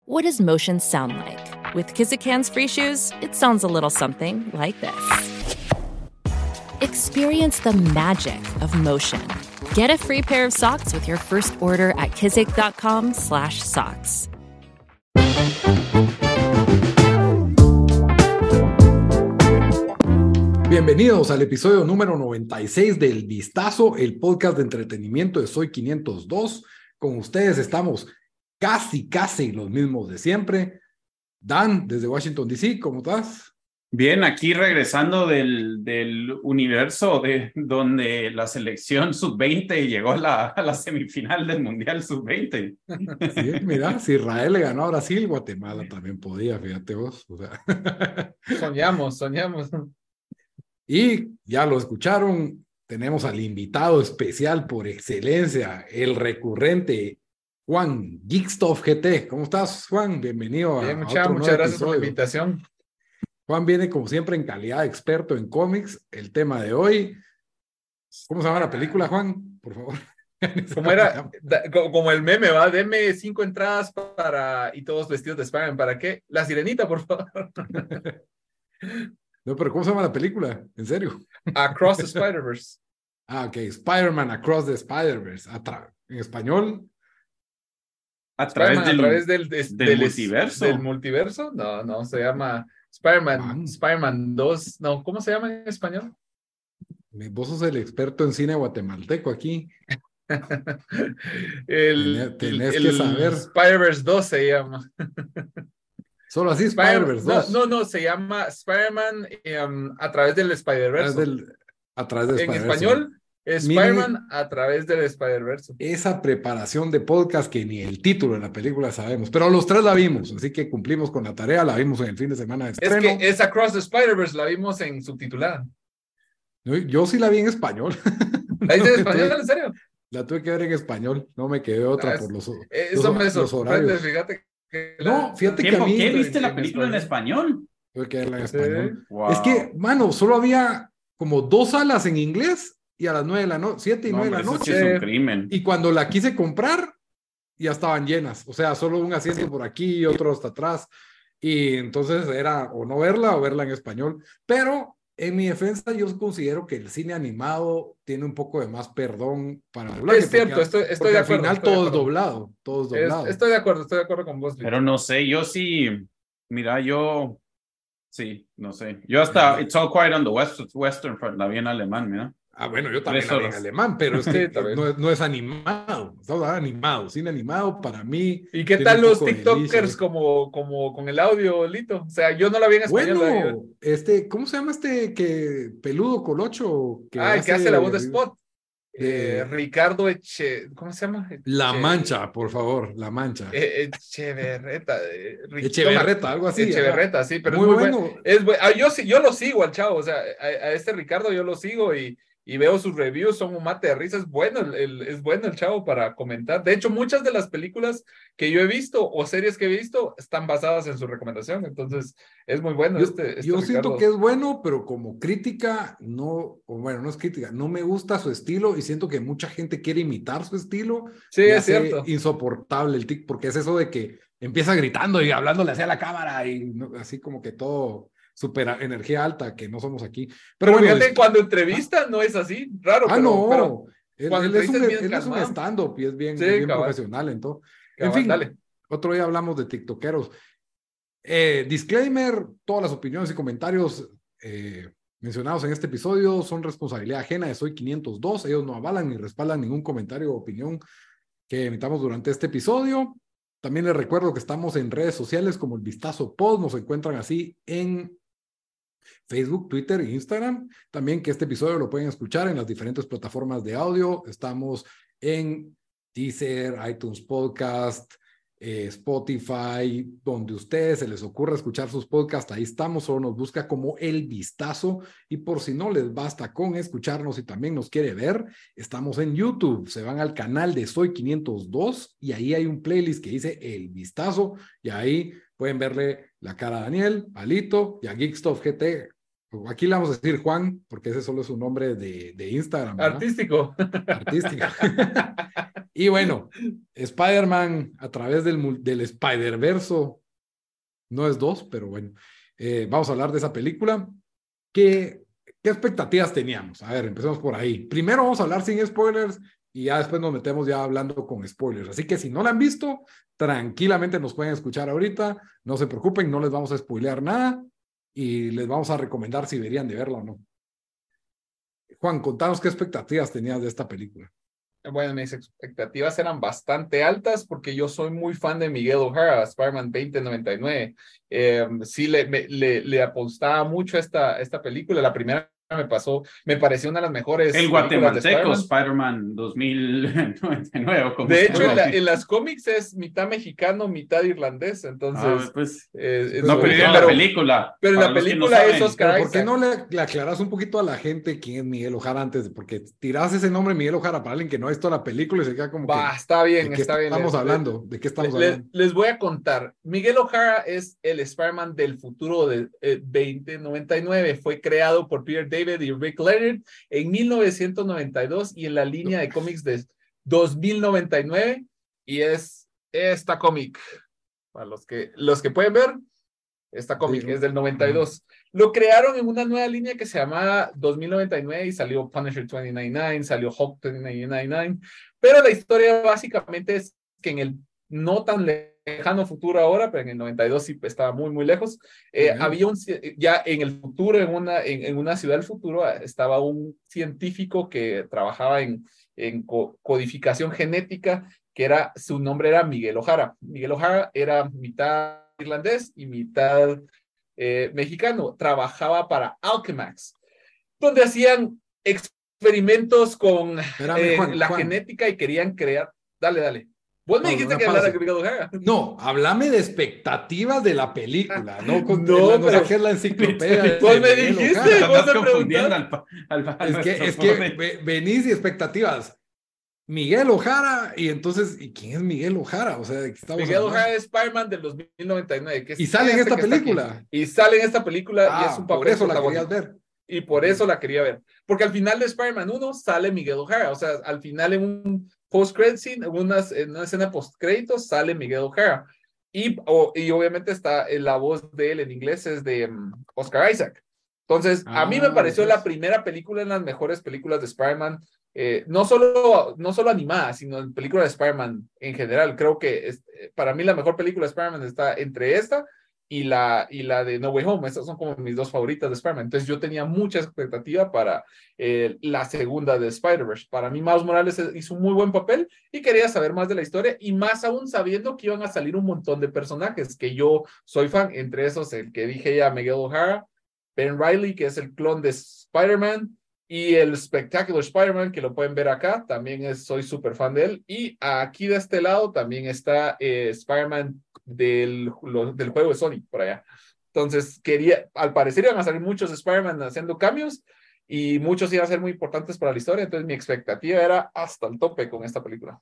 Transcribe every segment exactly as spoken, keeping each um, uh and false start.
What does motion sound like? With Kizikans free shoes, it sounds a little something like this. Experience the magic of motion. Get a free pair of socks with your first order at kizik.com slash socks. Bienvenidos al episodio número noventa y seis del Vistazo, el podcast de entretenimiento de Soy quinientos dos. Con ustedes estamos casi, casi los mismos de siempre. Dan, desde Washington, D C, ¿cómo estás? Bien, aquí regresando del, del universo de donde la selección sub veinte llegó a la, a la semifinal del Mundial sub veinte. Sí, mira, si Israel le ganó a Brasil, Guatemala también podía, fíjate vos. O sea. Soñamos, soñamos. Y ya lo escucharon, tenemos al invitado especial por excelencia, el recurrente Juan Geekstuff G T. ¿Cómo estás, Juan? Bienvenido a, Bien, a mucha, otro muchas nuevo gracias episodio. por la invitación. Juan viene, como siempre, en calidad de experto en cómics. El tema de hoy, ¿cómo se llama la película, Juan? Por favor. Como era, da, como el meme, va, deme cinco entradas para, y todos vestidos de Spider-Man, ¿para qué? La Sirenita, por favor. No, pero ¿cómo se llama la película? ¿En serio? Across the Spider-Verse. Ah, ok. Spider-Man Across the Spider-Verse. En español. A través del, a través del, de, del, del multiverso. ¿Del multiverso? No, no, se llama Spider-Man, Man. Spider-Man dos. No, ¿cómo se llama en español? Vos sos el experto en cine guatemalteco aquí. el, Tenés el, que el saber. Spider-Verse dos se llama. Solo así, Spider-Verse dos. No, no, no, se llama Spider-Man um, a través del Spider-Verse. A través del En Spider-Verse. español, Spider-Man a través del Spider-Verse. Esa preparación de podcast que ni el título de la película sabemos, pero los tres la vimos, así que cumplimos con la tarea, la vimos en el fin de semana de estreno. Es que es Across the Spider-Verse, la vimos en subtitulada. Yo, yo sí la vi en español. ¿La viste en español, en serio? La tuve que ver en español, no me quedé otra ah, es, por los, eso los, me los horarios. fíjate. Que no, fíjate que a mí... ¿Qué viste la en película en español? Tuve que verla en español. Sí. Wow. Es que, mano, solo había como dos salas en inglés y a las nueve de la noche, siete y no, nueve de la eso noche. Sí es un crimen. Y cuando la quise comprar, ya estaban llenas. O sea, solo un asiento por aquí y otro hasta atrás. Y entonces era o no verla o verla en español. Pero en mi defensa, yo considero que el cine animado tiene un poco de más perdón para doblaje. Es cierto, porque, estoy, estoy porque de al acuerdo. final estoy todo de es doblado. Todo es doblado. Es, estoy de acuerdo, estoy de acuerdo con vos. Pero no sé, yo sí. Mira, yo. Sí, no sé. Yo hasta It's All Quiet on the West, Western Front la vi en alemán, mira. Ah, bueno, yo también la vi en alemán, pero es que sí, no, es, no es animado. Estamos animado, cine animado para mí. ¿Y qué tal los TikTokers como, como con el audio, Lito? O sea, yo no la vi en español. Bueno, este, ¿cómo se llama este que peludo colocho? Que ah, el hace, que hace la voz de Spot. Eh, eh, Ricardo Eche, ¿cómo se llama? Eche, La Mancha, por favor, La Mancha. Eh, Echeverreta. Eh, Echeverreta, algo así. Echeverreta, sí, pero muy, muy bueno. bueno. Es, ah, yo, yo lo sigo al chavo, o sea, a, a este Ricardo yo lo sigo y, y veo sus reviews, son un mate de risa, es bueno el, el, es bueno el chavo para comentar. De hecho, muchas de las películas que yo he visto o series que he visto están basadas en su recomendación, entonces es muy bueno. Yo, este, este yo Ricardo. siento que es bueno, pero como crítica, no, o bueno, no es crítica, no me gusta su estilo y siento que mucha gente quiere imitar su estilo. Sí, y es hace cierto. Insoportable el tic, porque es eso de que empieza gritando y hablándole hacia la cámara y no, así como que todo súper energía alta, que no somos aquí. Pero, pero bueno, fíjate, es... cuando entrevista no es así, raro. Ah, pero, no, pero él, él, es un, él es un stand-up y es bien, sí, bien cabal. profesional en todo. Cabal, en fin, dale. Otro día hablamos de tiktokeros. Eh, disclaimer, todas las opiniones y comentarios eh, mencionados en este episodio son responsabilidad ajena de Soy quinientos dos. Ellos no avalan ni respaldan ningún comentario o opinión que emitamos durante este episodio. También les recuerdo que estamos en redes sociales como El Vistazo Pod. Nos encuentran así en Facebook, Twitter e Instagram. También que este episodio lo pueden escuchar en las diferentes plataformas de audio. Estamos en Deezer, iTunes Podcast, eh, Spotify, donde a ustedes se les ocurra escuchar sus podcasts, ahí estamos. Solo nos busca como El Vistazo. Y por si no les basta con escucharnos y también nos quiere ver, estamos en YouTube. Se van al canal de Soy quinientos dos y ahí hay un playlist que dice El Vistazo y ahí pueden verle la cara a Daniel, a Lito y a Geekstuff G T Aquí le vamos a decir Juan, porque ese solo es su nombre de, de Instagram, ¿verdad? Artístico. Artístico. Y bueno, Spider-Man a través del, del Spider-Verso, no es dos, pero bueno, eh, vamos a hablar de esa película. ¿Qué, ¿Qué expectativas teníamos? A ver, empecemos por ahí. Primero vamos a hablar sin spoilers y ya después nos metemos ya hablando con spoilers. Así que si no la han visto, tranquilamente nos pueden escuchar ahorita. No se preocupen, no les vamos a spoilear nada y les vamos a recomendar si deberían de verla o no. Juan, contanos qué expectativas tenías de esta película. Bueno, mis expectativas eran bastante altas porque yo soy muy fan de Miguel O'Hara, Spider-Man veinte noventa y nueve. Eh, sí, le, me, le, le apostaba mucho a esta, esta película. La primera me pasó, me pareció una de las mejores. El guatemalteco Spider-Man dos mil noventa y nueve. De hecho, en, la, en las cómics es mitad mexicano, mitad irlandés. Entonces, ah, pues, eh, no, pero en la película. Pero en la película no es Oscar Isaac. ¿Por qué no le, le aclaras un poquito a la gente quién es Miguel O'Hara antes? Porque tiras ese nombre Miguel O'Hara para alguien que no ha visto la película y se queda como Va, que, está bien, ¿de qué está bien. estamos les, hablando? ¿De qué estamos les, hablando? Les voy a contar. Miguel O'Hara es el Spider-Man del futuro de eh, veinte noventa y nueve. Fue creado por Peter David y Rick Leonard en mil novecientos noventa y dos y en la línea de cómics de dos mil noventa y nueve, y es esta cómic. Para los que, los que pueden ver, esta cómic sí, es del noventa y dos. Uh-huh. Lo crearon en una nueva línea que se llamaba dos mil noventa y nueve y salió Punisher dos mil noventa y nueve, salió Hulk dos mil noventa y nueve, pero la historia básicamente es que en el no tan lejano futuro ahora, pero en el noventa y dos sí estaba muy, muy lejos, eh, uh-huh. había un, ya en el futuro, en una, en, en una ciudad del futuro, estaba un científico que trabajaba en, en co- codificación genética, que era, su nombre era Miguel O'Hara. Miguel O'Hara era mitad irlandés y mitad eh, mexicano. Trabajaba para Alchemax, donde hacían experimentos con Espérame, eh, Juan, la Juan. genética y querían crear... Dale, dale. Vos me dijiste que hablara de Miguel O'Hara. No, háblame de expectativas de la película, no con no, no saques la enciclopedia. Vos me dijiste, vos me preguntaste. Al, al, al es que, es que venís y expectativas. Miguel O'Hara, y entonces, ¿y quién es Miguel O'Hara? O sea, ¿de qué estamos Miguel hablando? O'Hara es Spider-Man del dos mil noventa y nueve. Que es y sale en esta película. Y sale en esta película ah, y es un papel por eso la querías ver. Y por eso la quería ver. Porque al final de Spider-Man uno sale Miguel O'Hara. O sea, al final en un post-credit scene, en una, en una escena post-créditos, sale Miguel O'Hara. Y, o, y obviamente está la voz de él en inglés es de um, Oscar Isaac. Entonces, ah, a mí me pareció pues. la primera película en las mejores películas de Spider-Man. Eh, no, solo, no solo animada, sino en película de Spider-Man en general. Creo que es, para mí la mejor película de Spider-Man está entre esta y la, y la de No Way Home. Estas son como mis dos favoritas de Spider-Man. Entonces yo tenía mucha expectativa para eh, la segunda de Spider-Verse. Para mí Miles Morales hizo un muy buen papel y quería saber más de la historia, y más aún sabiendo que iban a salir un montón de personajes que yo soy fan, entre esos el que dije ya, Miguel O'Hara, Ben Reilly, que es el clon de Spider-Man, y el Spectacular Spider-Man, que lo pueden ver acá, también es, soy súper fan de él. Y aquí de este lado también está eh, Spider-Man del, lo, del juego de Sony, por allá. Entonces, quería, al parecer iban a salir muchos Spider-Man haciendo cambios, y muchos iban a ser muy importantes para la historia. Entonces, mi expectativa era hasta el tope con esta película.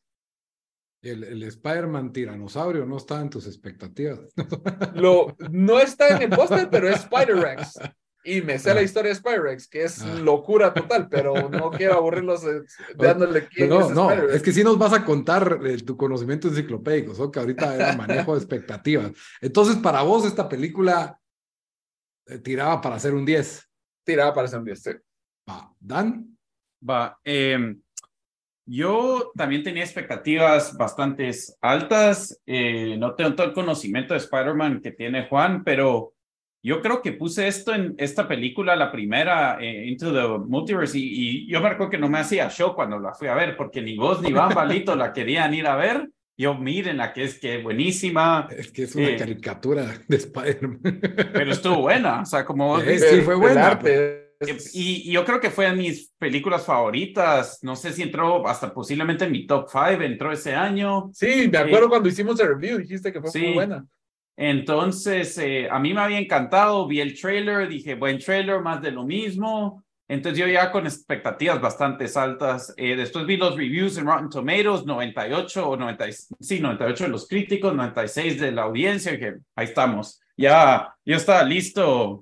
El, el Spider-Man tiranosaurio no está en tus expectativas. Lo, no está en el póster, pero es Spider-Rex. Y me sé ah. la historia de Spider-Rex, que es ah. locura total, pero no quiero aburrirlos dándole quién no, es no, Spider-Rex. Es que sí nos vas a contar eh, tu conocimiento enciclopédico, ¿so? Que ahorita era manejo de expectativas. Entonces, para vos esta película eh, tiraba para hacer un diez. Tiraba para hacer un diez, sí. Va, ¿Dan? Va, eh, yo también tenía expectativas bastante altas. Eh, no tengo todo el conocimiento de Spider-Man que tiene Juan, pero yo creo que puse esto en esta película, la primera, eh, Into the Multiverse, y, y yo me recuerdo que no me hacía show cuando la fui a ver, porque ni vos ni Iván Balito la querían ir a ver. Yo, miren, la que es que buenísima. Es que es una eh, caricatura de Spider-Man. Pero estuvo buena, o sea, como vos eh, viste. Sí, fue buena. Y, y yo creo que fue de mis películas favoritas. No sé si entró hasta posiblemente en mi top cinco, entró ese año. Sí, me acuerdo eh, cuando hicimos el review, dijiste que fue sí. muy buena. Entonces, eh, a mí me había encantado, vi el trailer, dije, buen trailer, más de lo mismo. Entonces yo ya con expectativas bastante altas. Eh, después vi los reviews en Rotten Tomatoes, noventa y ocho o noventa, sí, noventa y ocho de los críticos, noventa y seis de la audiencia. Y dije, ahí estamos. Ya, yo estaba listo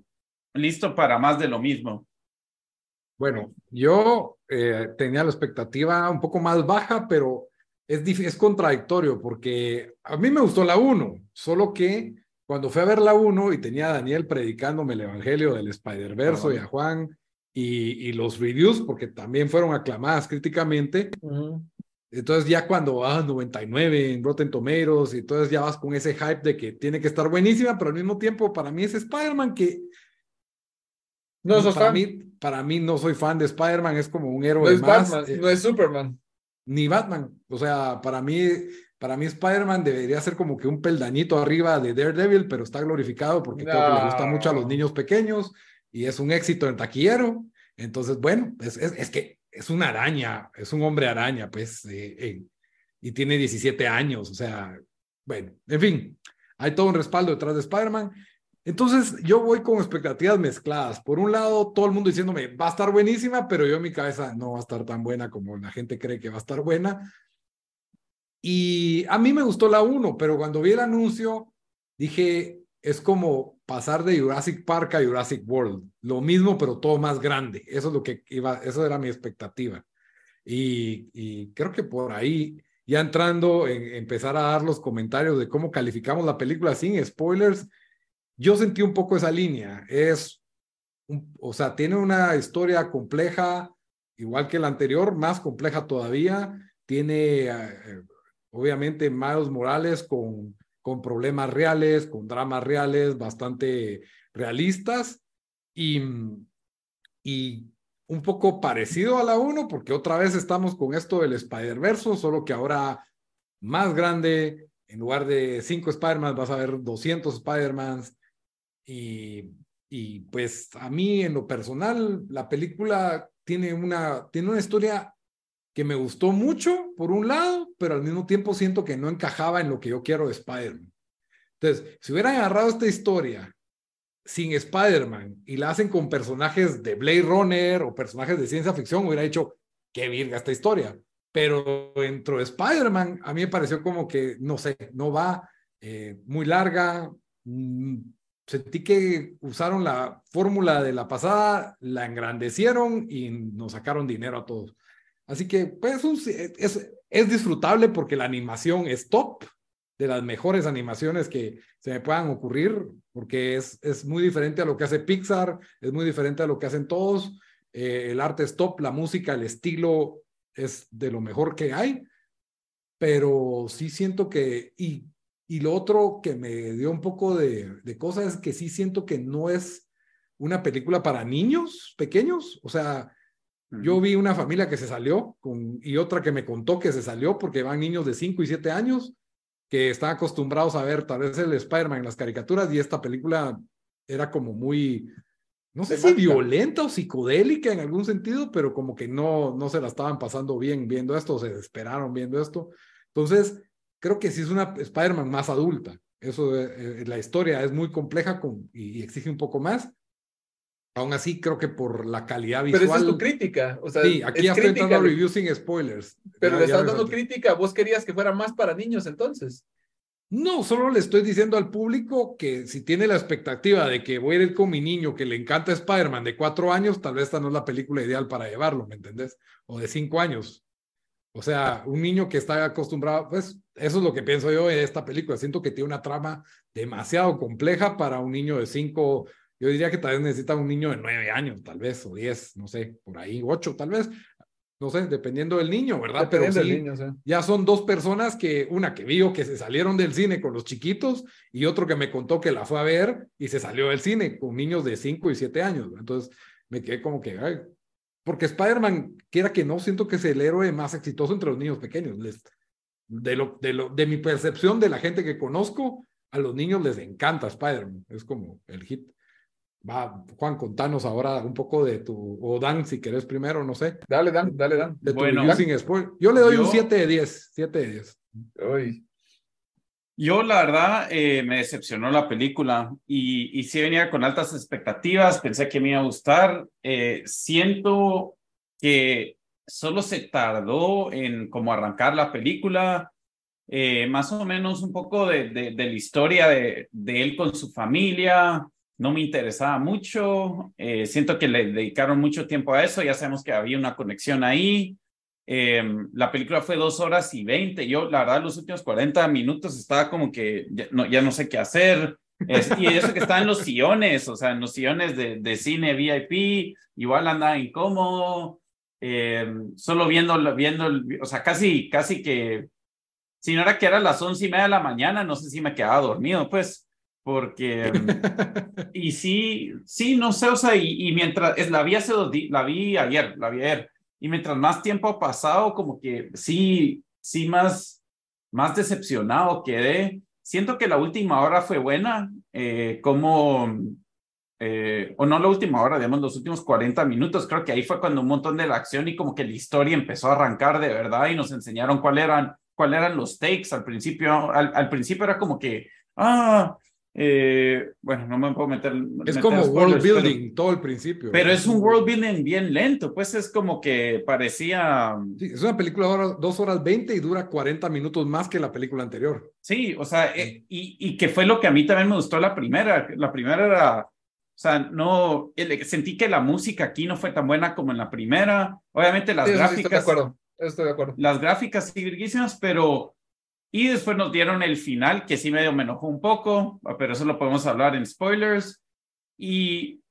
listo para más de lo mismo. Bueno, yo eh, tenía la expectativa un poco más baja, pero es, dif- es contradictorio porque a mí me gustó la uno, solo que cuando fui a ver la uno y tenía a Daniel predicándome el evangelio del Spider-Verse y a Juan y, y los reviews, porque también fueron aclamadas críticamente, Uh-huh. entonces ya cuando vas noventa y nueve en Rotten Tomatoes y entonces ya vas con ese hype de que tiene que estar buenísima, pero al mismo tiempo para mí es Spider-Man que No sos para fan. mí, para mí no soy fan de Spider-Man, es como un No héroe es más, Batman, eh, no es Superman. ni Batman. O sea, para mí, para mí Spider-Man debería ser como que un peldañito arriba de Daredevil, pero está glorificado porque creo que le gusta mucho a los No. niños pequeños y es un éxito en taquillero. Entonces, bueno, es, es, es que es una araña, es un hombre araña, pues, eh, eh, y tiene diecisiete años. O sea, bueno, en fin, hay todo un respaldo detrás de Spider-Man. Entonces yo voy con expectativas mezcladas. Por un lado, todo el mundo diciéndome, va a estar buenísima, pero yo en mi cabeza no va a estar tan buena como la gente cree que va a estar buena. Y a mí me gustó la uno, pero cuando vi el anuncio, dije, es como pasar de Jurassic Park a Jurassic World. Lo mismo, pero todo más grande. Eso es lo que iba, eso era mi expectativa. Y, y creo que por ahí, ya entrando en empezar a dar los comentarios de cómo calificamos la película sin spoilers, yo sentí un poco esa línea. Es, un, o sea, tiene una historia compleja, igual que la anterior, más compleja todavía. Tiene, eh, obviamente, Miles Morales con, con problemas reales, con dramas reales, bastante realistas y, y un poco parecido a la uno, porque otra vez estamos con esto del Spider-Verse, solo que ahora más grande. En lugar de cinco Spider-Man, vas a ver doscientos Spider-Mans. Y, y pues a mí en lo personal, la película tiene una, tiene una historia que me gustó mucho, por un lado, pero al mismo tiempo siento que no encajaba en lo que yo quiero de Spider-Man. Entonces, si hubieran agarrado esta historia sin Spider-Man y la hacen con personajes de Blade Runner o personajes de ciencia ficción, hubiera dicho, qué virga esta historia. Pero dentro de Spider-Man, a mí me pareció como que, no sé, no va, eh, muy larga. mm, Sentí que usaron la fórmula de la pasada, la engrandecieron y nos sacaron dinero a todos. Así que, pues, un- es, es disfrutable porque la animación es top, de las mejores animaciones que se me puedan ocurrir, porque es, es muy diferente a lo que hace Pixar, es muy diferente a lo que hacen todos. Eh, el arte es top, la música, el estilo es de lo mejor que hay, pero sí siento que, y, y lo otro que me dio un poco de, de cosas es que sí siento que no es una película para niños pequeños. O sea, yo vi una familia que se salió con, y otra que me contó que se salió porque van niños de cinco y siete años que están acostumbrados a ver tal vez el Spider-Man en las caricaturas y esta película era como muy, no sé si Temática. violenta o psicodélica en algún sentido, pero como que no, no se la estaban pasando bien viendo esto, se desesperaron viendo esto. Entonces, creo que sí es una Spider-Man más adulta. Eso, eh, la historia es muy compleja con, y, y exige un poco más. Aún así, creo que por la calidad Pero esa es tu visual. crítica, o sea, Sí, aquí es ya estoy crítica, entrando a le- reviews sin spoilers. pero Ya, le ya estás me dando salté. crítica, vos querías que fuera más para niños entonces. No, solo le estoy diciendo al público que si tiene la expectativa de que voy a ir con mi niño que le encanta Spider-Man de cuatro años, tal vez esta no es la película ideal para llevarlo, ¿me entendés? O de cinco años. O sea, un niño que está acostumbrado, pues eso es lo que pienso yo de esta película. Siento que tiene una trama demasiado compleja para un niño de cinco. Yo diría que tal vez necesita un niño de nueve años, tal vez, o diez, no sé, por ahí, ocho, tal vez. No sé, dependiendo del niño, ¿verdad? Pero Dependiendo del sí, niño, o sea. ya son dos personas que, una que vio que se salieron del cine con los chiquitos y otro que me contó que la fue a ver y se salió del cine con niños de cinco y siete años. Entonces me quedé como que, ay, porque Spider-Man, quiera que no, siento que es el héroe más exitoso entre los niños pequeños. Les, de, lo, de, lo, de mi percepción de la gente que conozco, a los niños les encanta Spider-Man. Es como el hit. Va, Juan, contanos ahora un poco de tu, o Dan, si querés primero, no sé, Dale, Dan, dale, Dan. de tu Bueno, review sin spoiler. Yo le doy yo- un siete de diez, siete de diez. Uy. Yo, la verdad, eh, me decepcionó la película y, y sí venía con altas expectativas, pensé que me iba a gustar. Eh, siento que solo se tardó en como arrancar la película, eh, más o menos un poco de, de, de la historia de, de él con su familia. no me interesaba mucho. Eh, siento que le dedicaron mucho tiempo a eso. Ya sabemos que había una conexión ahí. Eh, la película fue dos horas y veinte. Yo, la verdad, los últimos cuarenta minutos estaba como que ya no, ya no sé qué hacer. Es, y eso que está en los sillones, o sea, en los sillones de, de cine V I P, igual andaba incómodo. Eh, solo viendo, viendo, o sea, casi, casi que, si no era que era las once y media de la mañana, no sé si me quedaba dormido, pues. Porque, y sí, sí, no sé, o sea, y, y mientras, es, la vi hace dos días, la vi ayer, la vi ayer, y mientras más tiempo ha pasado, como que sí, sí, más, más decepcionado quedé. Siento que la última hora fue buena, eh, como, eh, o no la última hora, digamos, los últimos cuarenta minutos, creo que ahí fue cuando un montón de la acción y como que la historia empezó a arrancar de verdad y nos enseñaron cuáles eran, cuál eran los takes al principio, al, al principio era como que, ah, Eh, bueno, no me puedo meter. Es meter como spoilers, world building, pero, todo el principio. pero es un world building bien lento, pues es como que parecía. Sí, es una película de dos horas veinte y dura cuarenta minutos más que la película anterior. Sí, o sea, eh, y, y que fue lo que a mí también me gustó la primera. La primera era, o sea, no, el, sentí que la música aquí no fue tan buena como en la primera. Obviamente las Sí, eso sí, gráficas. estoy de acuerdo, estoy de acuerdo. Las gráficas sí, virguísimas, pero. Y después nos dieron el final, que sí medio me enojó un poco, pero eso lo podemos hablar en spoilers. Y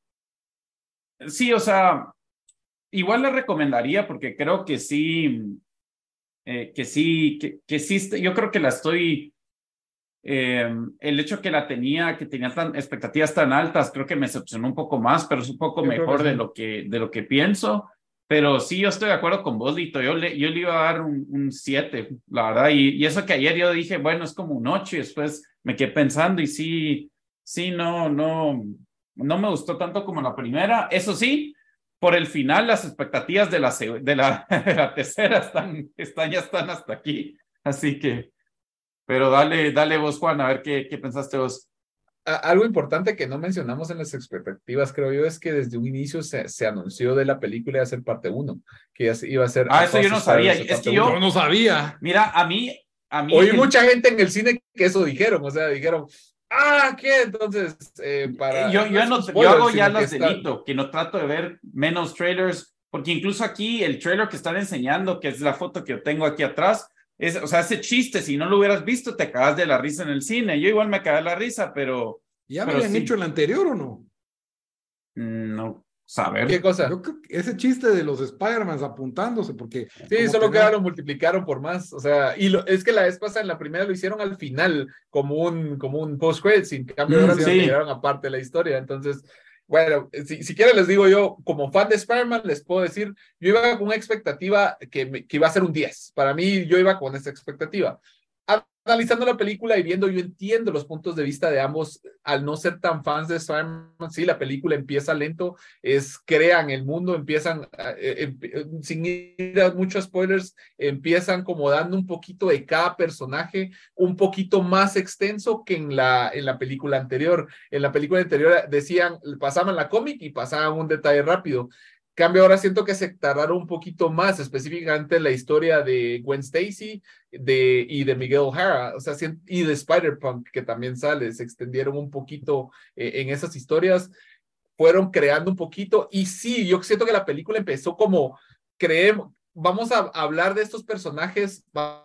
sí, o sea, igual le recomendaría porque creo que sí, eh, que sí, que, que sí, yo creo que la estoy, eh, el hecho que la tenía, que tenía tan, expectativas tan altas, creo que me decepcionó un poco más, pero es un poco Yo mejor sí. de lo que, de lo que pienso. Pero sí, yo estoy de acuerdo con vos, Lito. Yo le, yo le iba a dar un siete, la verdad. Y, y eso que ayer yo dije, bueno, es como un ocho y después me quedé pensando y sí, sí, no, no, no me gustó tanto como la primera. Eso sí, por el final las expectativas de la, de la, de la tercera están, están, ya están hasta aquí. Así que, pero dale, dale vos, Juan, a ver qué, qué pensaste vos. Algo importante que no mencionamos en las expectativas, creo yo, es que desde un inicio se, se anunció de la película iba a ser parte uno, que iba a ser... Ah, eso yo no sabía. Es que yo... Yo no sabía. Mira, a mí... A mí Oí el... mucha gente en el cine que eso dijeron, o sea, dijeron, ah, ¿qué? Entonces, eh, para... Yo, yo, no no, spoiler, yo hago ya las está... delito, que no trato de ver menos trailers, porque incluso aquí el trailer que están enseñando, que es la foto que yo tengo aquí atrás, es, o sea, ese chiste, si no lo hubieras visto, te cagas de la risa en el cine. Yo igual me cagué de la risa, pero... ¿Ya me pero habían sí. hecho el anterior o no? No, saber. ¿Qué cosa? Yo creo que ese chiste de los Spider-Man apuntándose, porque... Sí, solo tener... que ahora lo multiplicaron por más, o sea, y lo, es que la vez pasada en la primera lo hicieron al final, como un, como un post-credit, sin cambio, Mm, ahora sí. lo integraron aparte de la historia, entonces, bueno, si, si quieren les digo yo, como fan de Spider-Man, les puedo decir, yo iba con una expectativa que, me, que iba a ser un diez, para mí yo iba con esa expectativa. Analizando la película y viendo, yo entiendo los puntos de vista de ambos, al no ser tan fans de Spider-Man, sí, la película empieza lento, es, crean el mundo, empiezan, eh, eh, sin ir a muchos spoilers, empiezan como dando un poquito de cada personaje, un poquito más extenso que en la, en la película anterior. En la película anterior decían, pasaban la cómic y pasaban un detalle rápido. Cambio, ahora siento que se tardaron un poquito más, específicamente en la historia de Gwen Stacy de, y de Miguel O'Hara, o sea, y de Spider-Punk, que también sale, se extendieron un poquito eh, en esas historias, fueron creando un poquito, y sí, yo siento que la película empezó como, creemos, vamos a hablar de estos personajes,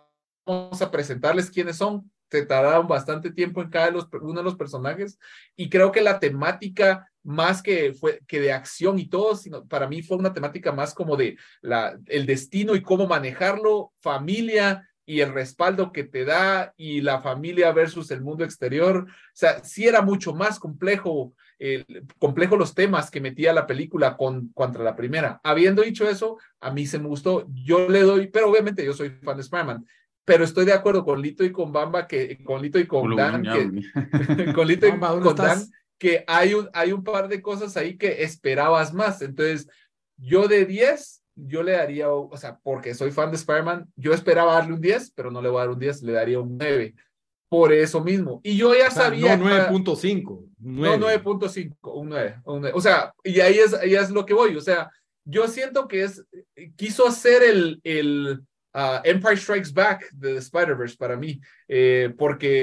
vamos a presentarles quiénes son, se tardaron bastante tiempo en cada los, uno de los personajes, y creo que la temática más que fue que de acción y todo, sino para mí fue una temática más como de la, el destino y cómo manejarlo, familia y el respaldo que te da y la familia versus el mundo exterior. O sea, sí era mucho más complejo, eh, complejo los temas que metía la película con, contra la primera. Habiendo dicho eso, a mí se me gustó, yo le doy, pero obviamente yo soy fan de Spider-Man, pero estoy de acuerdo con Lito y con Bamba, que con Lito y con Dan, que, con Lito y Bamba, ¿dónde con estás? Dan, que hay un, hay un par de cosas ahí que esperabas más. Entonces, yo de diez, yo le daría, o sea, porque soy fan de Spider-Man, yo esperaba darle un diez, pero no le voy a dar un diez, le daría un nueve. Por eso mismo. Y yo ya o sea, sabía... No nueve punto cinco. No, nueve punto cinco, un nueve, un nueve. O sea, y ahí es, ahí es lo que voy. O sea, yo siento que es, quiso hacer el, el uh, Empire Strikes Back de Spider-Verse para mí, eh, porque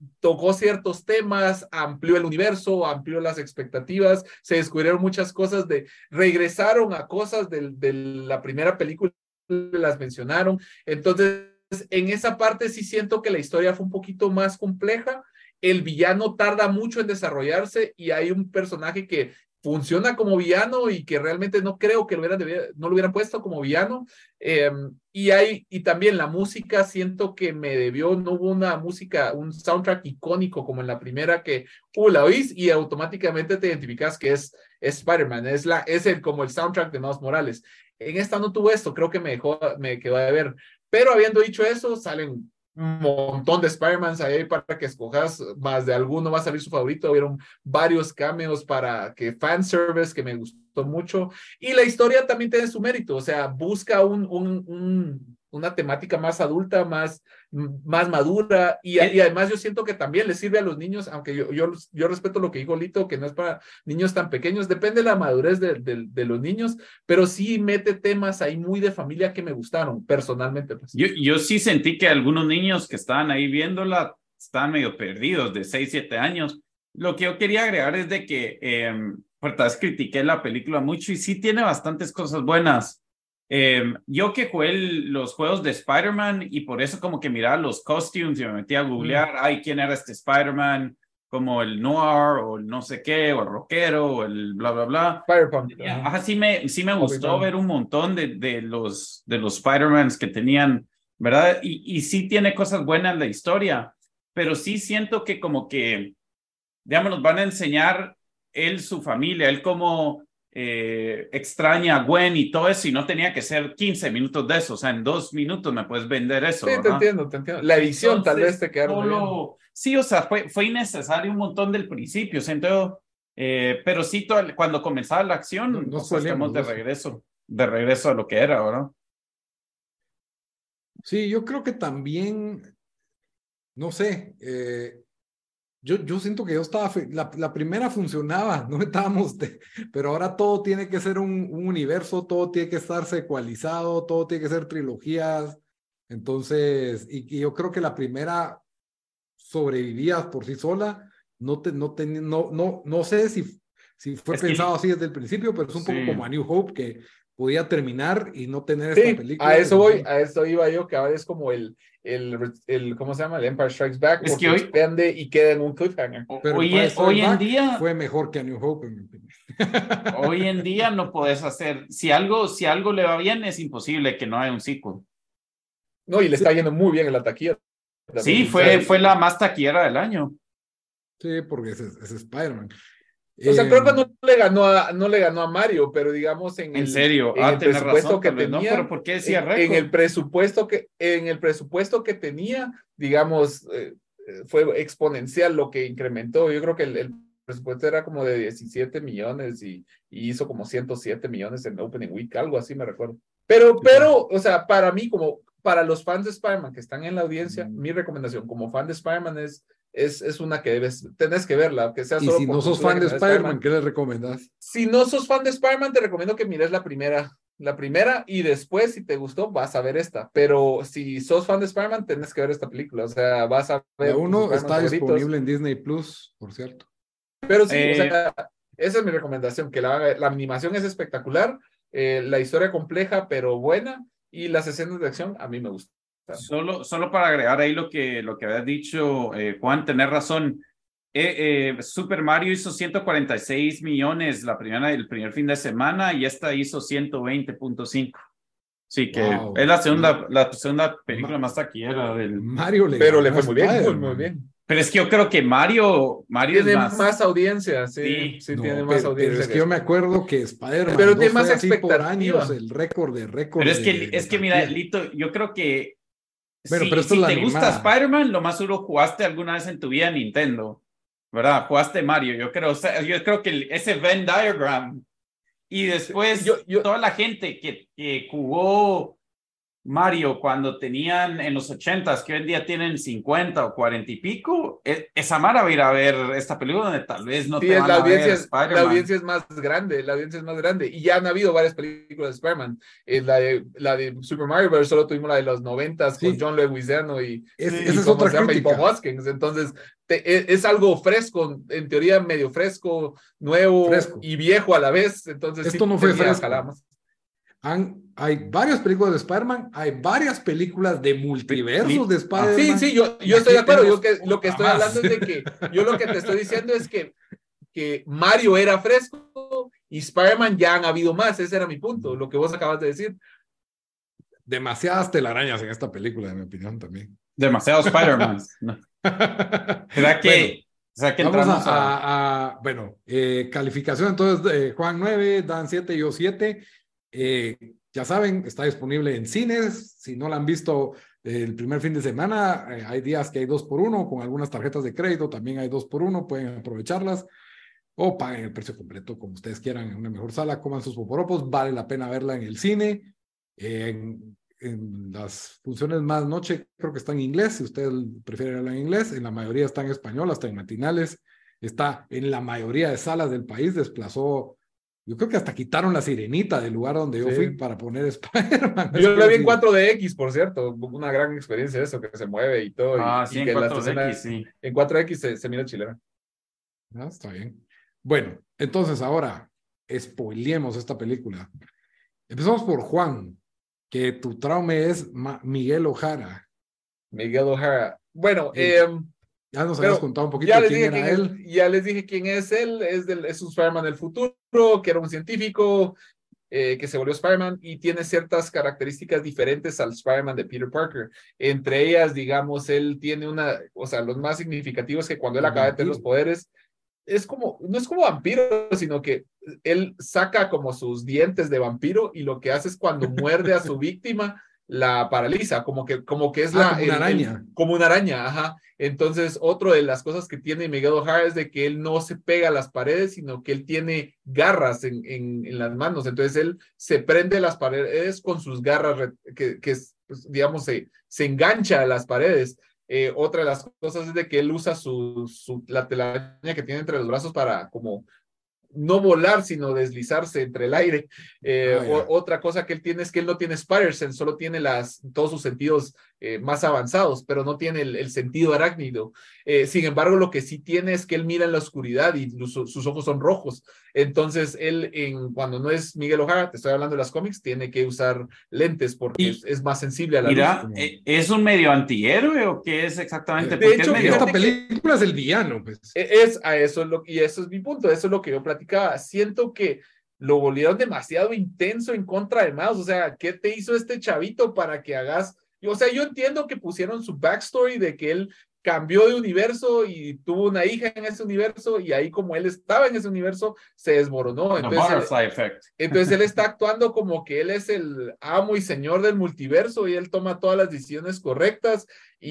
tocó ciertos temas, amplió el universo, amplió las expectativas, se descubrieron muchas cosas, de, regresaron a cosas de, de la primera película, las mencionaron. Entonces, en esa parte sí siento que la historia fue un poquito más compleja. El villano tarda mucho en desarrollarse y hay un personaje que funciona como villano y que realmente no creo que lo hubieran, no lo hubieran puesto como villano. Eh, y, hay, y también la música, siento que me debió, no hubo una música, un soundtrack icónico como en la primera que uh, la oís y automáticamente te identificas que es, es Spider-Man, es, la, es el, como el soundtrack de Miles Morales. En esta no tuvo esto, creo que me, dejó, me quedó de ver. Pero habiendo dicho eso, salen un montón de Spider-Mans ahí para que escojas, más de alguno va a salir su favorito. Hubieron varios cameos para que fanservice, que me gustó mucho. Y la historia también tiene su mérito, o sea, busca un, un, un, una temática más adulta, más, más madura, y, y además yo siento que también le sirve a los niños, aunque yo, yo, yo respeto lo que dijo Lito, que no es para niños tan pequeños, depende de la madurez de, de, de los niños, pero sí mete temas ahí muy de familia que me gustaron, personalmente. Pues. Yo, yo sí sentí que algunos niños que estaban ahí viéndola estaban medio perdidos, de seis, siete años. Lo que yo quería agregar es de que, eh, por tal vez critiqué la película mucho y sí tiene bastantes cosas buenas. Eh, yo que jugué el, los juegos de Spider-Man y por eso como que miraba los costumes y me metí a googlear, mm. ay, ¿quién era este Spider-Man? Como el noir o el no sé qué, o el rockero o el bla, bla, bla. Spider-Punk. Ajá, sí me, sí me gustó ver un montón de, de los, de los Spider-Mans que tenían, ¿verdad? Y, y sí tiene cosas buenas la historia, pero sí siento que como que, digamos, nos van a enseñar él, su familia, él como... Eh, extraña a Gwen y todo eso y no tenía que ser quince minutos de eso, o sea, en dos minutos me puedes vender eso. Sí, ¿verdad? te entiendo, te entiendo. La edición Entonces, tal vez te quedaron solo... Sí, o sea, fue, fue innecesario un montón del principio, siento, eh, pero sí, todo, cuando comenzaba la acción, no, no o sea, estamos de eso. regreso, de regreso a lo que era, ¿verdad? Sí, yo creo que también, no sé, eh, Yo, yo siento que yo estaba, fe... la, la primera funcionaba, no estábamos, de... pero ahora todo tiene que ser un, un universo, todo tiene que estar secualizado, todo tiene que ser trilogías, entonces, y, y yo creo que la primera sobrevivía por sí sola, no, te, no, te, no, no, no sé si, si fue es pensado que... así desde el principio, pero es un sí. poco como A New Hope, que podía terminar y no tener sí, esta película. A eso voy, a eso iba yo, que ahora es como el, el, el, ¿cómo se llama? El Empire Strikes Back, es porque que hoy... expande y queda en un cliffhanger. Pero hoy, en, hoy en día... Fue mejor que A New Hope, en mi opinión. Hoy en día no puedes hacer, si algo, si algo le va bien, es imposible que no haya un sequel. No, y le está yendo muy bien en la taquilla. Sí, fue, fue la más taquillera del año. Sí, porque es, es Spider-Man. O sea, eh, creo que no le ganó a, no le ganó a Mario, pero digamos en, ¿En el, serio? en Ah, el presupuesto razón, que tenía, tenía, no, pero ¿por qué decía récord? En el presupuesto que, en el presupuesto que tenía, digamos, eh, fue exponencial lo que incrementó. Yo creo que el, el presupuesto era como de diecisiete millones y, y hizo como ciento siete millones en Opening Week, algo así me recuerdo. Pero, sí, pero, o sea, para mí, como para los fans de Spider-Man que están en la audiencia, mm. mi recomendación como fan de Spider-Man es Es, es una que debes, tenés que verla, aunque sea solo y si por no sos fan de Spider-Man, ¿qué le recomendás? Si no sos fan de Spider-Man, te recomiendo que mires la primera, la primera, y después, si te gustó, vas a ver esta. Pero si sos fan de Spider-Man, tenés que ver esta película, o sea, vas a ver... La uno está disponible en Disney Plus, por cierto. Pero sí, eh... o sea, esa es mi recomendación, que la, la animación es espectacular, eh, la historia compleja, pero buena, y las escenas de acción a mí me gustan. Solo, solo para agregar ahí lo que, lo que habías dicho, eh, Juan, tener razón. Eh, eh, Super Mario hizo ciento cuarenta y seis millones la primera, el primer fin de semana y esta hizo ciento veinte punto cinco. Sí, que wow. es la segunda, la segunda película Ma más taquillera del... Mario le Pero le fue muy bien, muy, muy bien. Pero es que yo creo que Mario, Mario tiene es más... más audiencia, sí, sí, sí no, tiene pero, más audiencia. Pero es que yo me acuerdo que Spider-Man pero tiene más así por expectativa. años el récord de récord. Pero es que, de, de es que mira, Lito, yo creo que bueno, si, pero esto si es te la gusta Spider-Man, lo más seguro jugaste alguna vez en tu vida Nintendo, ¿verdad? Jugaste Mario, yo creo, o sea, yo creo que el, ese Venn diagram y después yo, yo, toda la gente que, que jugó Mario, cuando tenían en los ochentas, que hoy en día tienen cincuenta o cuarenta y pico, esa mara va a ir a ver esta película donde tal vez no sí, te es, van la a ver audiencia, Spider-Man. la audiencia es más grande, la audiencia es más grande. Y ya han habido varias películas de Spider-Man. Eh, la, de, la de Super Mario Bros. Solo tuvimos la de los noventas Sí. con John Leguizamo y, Es, y esa es ¿cómo otra se llama? Y crítica. Bob Hoskins. Entonces, te, es, es algo fresco, en teoría medio fresco, nuevo Fresco. y viejo a la vez. Entonces, Esto sí no fue tenía, fresco. ojalá más. Han, hay varias películas de Spider-Man, hay varias películas de multiversos de Spider-Man. Sí, sí, yo, yo estoy de acuerdo. Yo que, lo que estoy más. hablando es de que, yo lo que te estoy diciendo es que, que Mario era fresco y Spider-Man ya han habido más. Ese era mi punto, lo que vos acabas de decir. Demasiadas telarañas en esta película, en mi opinión, también. Demasiados Spider-Man. No. ¿Será que, bueno, ¿será que vamos entramos a, a... a, a bueno, eh, calificación entonces, eh, Juan nueve, Dan siete, yo siete. Eh, ya saben, está disponible en cines. Si no la han visto eh, el primer fin de semana, eh, hay días que hay dos por uno, con algunas tarjetas de crédito también hay dos por uno, pueden aprovecharlas o paguen el precio completo como ustedes quieran en una mejor sala, coman sus poporopos, vale la pena verla en el cine. Eh, en, en las funciones más noche creo que está en inglés, si ustedes prefieren verla en inglés, en la mayoría está en español, hasta en matinales, está en la mayoría de salas del país, desplazó. Yo creo que hasta quitaron la sirenita del lugar donde yo sí. fui para poner Spider-Man. Yo la vi en cuatro D X, por cierto. Una gran experiencia eso, que se mueve y todo. Ah, y, sí, y en que cuatro D X, la sí. En cuatro D X se, se mira chilena. Ah, está bien. Bueno, entonces ahora, spoileemos esta película. Empezamos por Juan, que tu trauma es Ma- Miguel Ojara. Miguel Ojara. Bueno, El, eh, ya nos habías contado un poquito ya de les quién dije era quién él. Es, ya les dije quién es él. Es, del, es un Spider-Man del futuro, que era un científico eh, que se volvió Spider-Man y tiene ciertas características diferentes al Spider-Man de Peter Parker. Entre ellas, digamos, él tiene una, o sea, los más significativos que cuando él acaba de tener los poderes, es como, no es como vampiro, sino que él saca como sus dientes de vampiro y lo que hace es cuando muerde a su víctima, la paraliza, como que, como que es ah, la... como una el, araña. El, como una araña, ajá. Entonces, otra de las cosas que tiene Miguel O'Hara es de que él no se pega a las paredes, sino que él tiene garras en, en, en las manos. Entonces, él se prende las paredes con sus garras, que, que pues, digamos, se, se engancha a las paredes. Eh, otra de las cosas es de que él usa su, su, la telaraña que tiene entre los brazos para como no volar, sino deslizarse entre el aire. Eh, ah, yeah. o, otra cosa que él tiene es que él no tiene Spider-Sense, solo tiene las, todos sus sentidos eh, más avanzados, pero no tiene el, el sentido arácnido. Eh, sin embargo, lo que sí tiene es que él mira en la oscuridad y los, sus ojos son rojos. Entonces, él, en, cuando no es Miguel O'Hara, te estoy hablando de las cómics, tiene que usar lentes porque y, es, es más sensible a la mira, luz. Como... ¿Es un medio antihéroe o qué es exactamente? De hecho, es medio... esta película es el villano, pues. Es, a eso es lo, y eso es mi punto, eso es lo que yo platicaba. Siento que lo volvieron demasiado intenso en contra de Miles. O sea, ¿qué te hizo este chavito para que hagas? O sea, yo entiendo que pusieron su backstory de que él cambió de universo y tuvo una hija en ese universo y ahí como él estaba en ese universo se desmoronó. Entonces, él, effect. entonces él está actuando como que él es el amo y señor del multiverso y él toma todas las decisiones correctas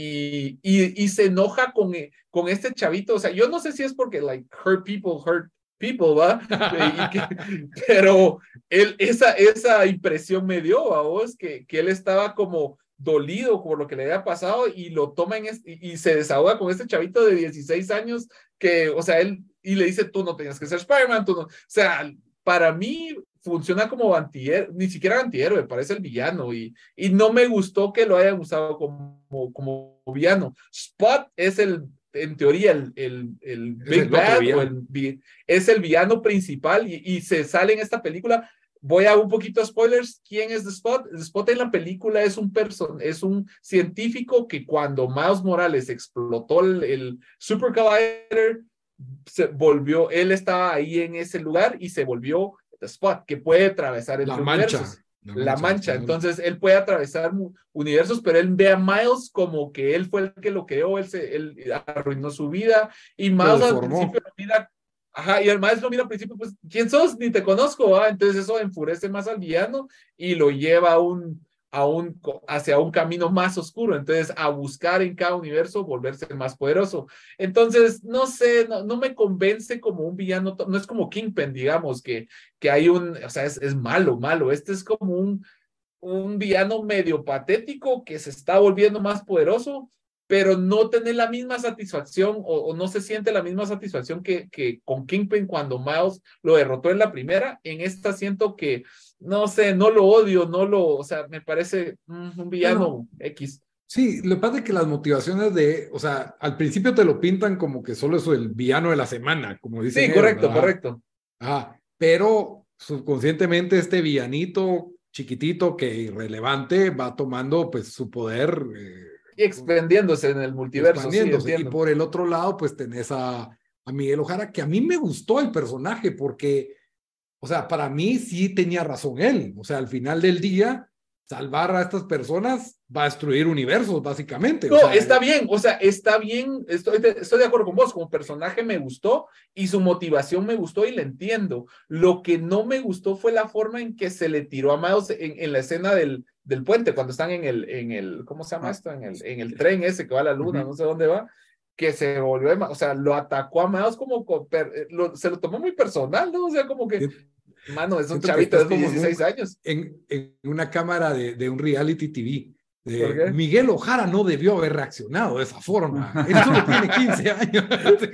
y, y, y se enoja con, con este chavito. O sea, yo no sé si es porque like hurt people, hurt people, ¿va? Y que, pero él, esa, esa impresión me dio a vos que, que él estaba como dolido por lo que le había pasado y lo toma en este, y, y se desahoga con este chavito de dieciséis años que, o sea, él, y le dice, tú no tenías que ser Spider-Man, tú no, o sea, para mí funciona como antihéroe, ni siquiera antihéroe, parece el villano y, y no me gustó que lo hayan usado como, como villano. Spot es el, en teoría, el, el, el Big el Bad, o el, es el villano principal y, y se sale en esta película. Voy a un poquito spoilers. ¿Quién es The Spot? The Spot en la película es un person, es un científico que cuando Miles Morales explotó el, el Super Collider, se volvió, él estaba ahí en ese lugar y se volvió The Spot, que puede atravesar entre la mancha, universos. La, la mancha, mancha. Entonces él puede atravesar universos, pero él ve a Miles como que él fue el que lo creó, él, se, él arruinó su vida y Miles al principio lo mira. Ajá, y el maestro mira al principio, pues, ¿quién sos? Ni te conozco, ¿ah? Entonces eso enfurece más al villano y lo lleva a un, a un, hacia un camino más oscuro, entonces a buscar en cada universo volverse más poderoso. Entonces, no sé, no, no me convence como un villano, no es como Kingpin, digamos, que, que hay un, o sea, es, es malo, malo, este es como un, un villano medio patético que se está volviendo más poderoso, pero no tener la misma satisfacción o, o no se siente la misma satisfacción que, que con Kingpin cuando Miles lo derrotó en la primera. En esta siento que, no sé, no lo odio, no lo, o sea, me parece mm, un villano bueno, X. Sí, lo que pasa es que las motivaciones de, o sea, al principio te lo pintan como que solo es el villano de la semana, como dicen Sí, ellos, correcto, ¿verdad? correcto. Ajá, pero subconscientemente este villanito chiquitito que irrelevante va tomando pues su poder eh, Y expandiéndose en el multiverso, sí, expandiéndose. Y entiendo. por el otro lado pues tenés a, a Miguel Ojara, que a mí me gustó el personaje porque, o sea, para mí sí tenía razón él. O sea, al final del día, salvar a estas personas va a destruir universos, básicamente. No, o sea, está bien, o sea, está bien, estoy de, estoy de acuerdo con vos, como personaje me gustó y su motivación me gustó y la entiendo. Lo que no me gustó fue la forma en que se le tiró a Miles en, en la escena del, del puente, cuando están en el, en el, ¿cómo se llama ah, esto? En el, en el tren ese que va a la luna, uh-huh. no sé dónde va, que se volvió, o sea, lo atacó a Miles como, lo, se lo tomó muy personal, ¿no? O sea, como que... Mano, es un Siento chavito de como dieciséis un, años. En, en una cámara de, de un reality T V. ¿Por qué? Miguel Ojara no debió haber reaccionado de esa forma. Él solo tiene quince años.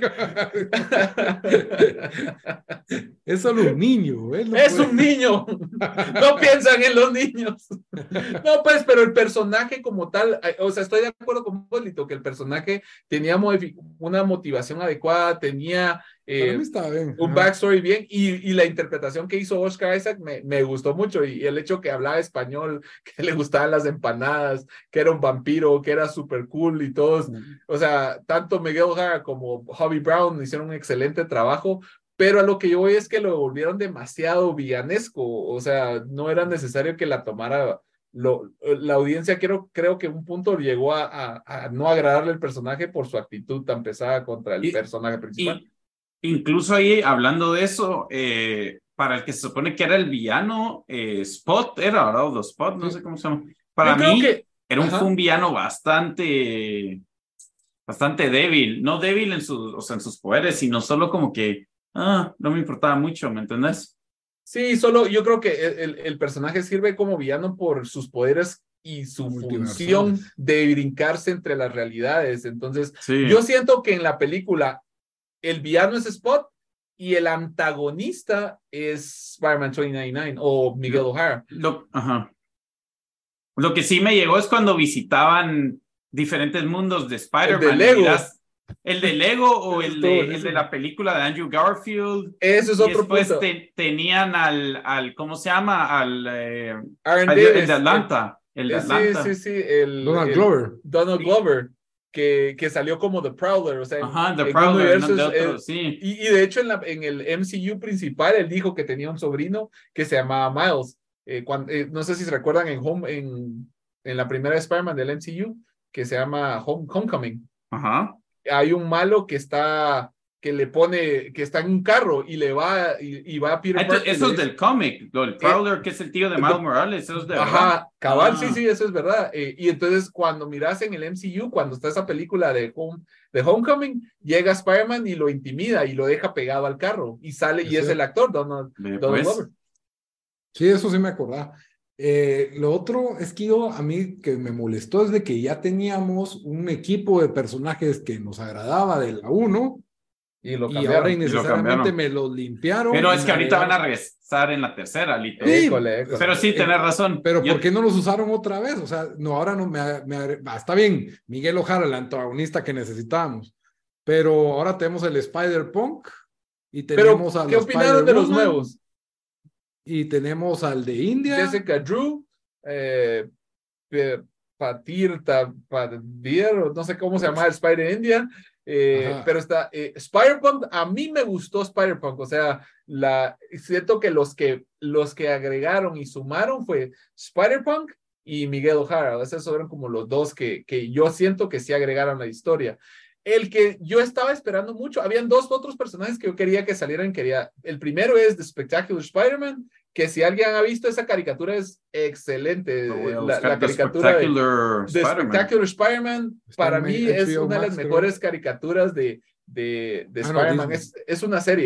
Es solo un niño. Él no es puede... un niño. No piensan en los niños. No, pues, pero el personaje como tal, o sea, estoy de acuerdo con Polito, que el personaje tenía una motivación adecuada, tenía eh, Para mí estaba bien. un backstory bien, y, y la interpretación que hizo Oscar Isaac me, me gustó mucho, y, y el hecho que hablaba español, que le gustaban las empanadas, que era un vampiro, que era súper cool y todos, o sea, tanto Miguel O'Hara como Hobie Brown hicieron un excelente trabajo, pero a lo que yo voy es que lo volvieron demasiado villanesco, o sea, no era necesario que la tomara... Lo, la audiencia creo, creo que un punto llegó a, a, a no agradarle el personaje por su actitud tan pesada contra el y, personaje principal. Y incluso ahí, hablando de eso, eh, para el que se supone que era el villano, eh, Spot era, ¿verdad? O los Spot, no sé cómo se llama. Para Yo creo mí, que... era un, Ajá. fue un villano bastante, bastante débil. No débil en, su, o sea, en sus poderes, sino solo como que, ah, no me importaba mucho, ¿me entendés? Sí, solo yo creo que el, el personaje sirve como villano por sus poderes y su función de brincarse entre las realidades. Entonces, sí. Yo siento que en la película el villano es Spot y el antagonista es Spider-Man dos mil noventa y nueve o Miguel O'Hara. Lo, ajá. Lo que sí me llegó es cuando visitaban diferentes mundos de Spider-Man. El de Lego. Miras, el de Lego o el de, el de la película de Andrew Garfield. Eso es y otro después punto. Te, tenían al, al, ¿cómo se llama? Al, eh, al el de Atlanta. El, el de Atlanta. Sí, sí, sí. El, Donald el, Glover. Donald Glover. Que, que salió como The Prowler, o sea, Ajá, The en Prowler, universos, no, de otro, eh, sí. y, y de hecho en, la, en el M C U principal él dijo que tenía un sobrino que se llamaba Miles, eh, cuando, eh, no sé si se recuerdan en, home, en, en la primera Spider-Man del M C U que se llama Home, Homecoming. Ajá. Hay un malo que está que le pone, que está en un carro y le va y, y va a Peter Parker. Eso es del cómic, el Prowler, eh, que es el tío de Miles Morales, eso es de verdad. Ajá, cabal, ah. sí, sí, eso es verdad. Eh, y entonces cuando miras en el M C U, cuando está esa película de, home, de Homecoming, llega Spider-Man y lo intimida y lo deja pegado al carro y sale y es el actor, Donald, Donald Glover. Sí, eso sí me acordaba. Eh, lo otro es que yo, a mí que me molestó es de que ya teníamos un equipo de personajes que nos agradaba de la uno y, lo y ahora innecesariamente lo me los limpiaron. Pero es que ahorita agregaron... van a regresar en la tercera, Lito. Sí, école, école. Pero sí, tenés razón. Pero yo... ¿por qué no los usaron otra vez? O sea, no, ahora no me... me ah, está bien, Miguel Ojara, el antagonista que necesitábamos, pero ahora tenemos el Spider-Punk y tenemos pero, a ¿qué opinaron de los nuevos? Y tenemos al de India. Jessica Drew, eh, Patir, Padir, no sé cómo se llama el Spider India, eh, pero está eh, Spider-Punk. A mí me gustó Spider-Punk, o sea, la, siento que los que los que agregaron y sumaron fue Spider-Punk y Miguel O'Hara. Esos fueron como los dos que, que yo siento que sí agregaron a la historia. El que yo estaba esperando mucho, habían dos otros personajes que yo quería que salieran, quería, el primero es The Spectacular Spider-Man, que si alguien ha visto esa caricatura es excelente, no, la, la caricatura de The Spectacular Spider-Man, para mí es una de las mejores caricaturas de, de, de ah, Spider-Man, no, es, es una serie,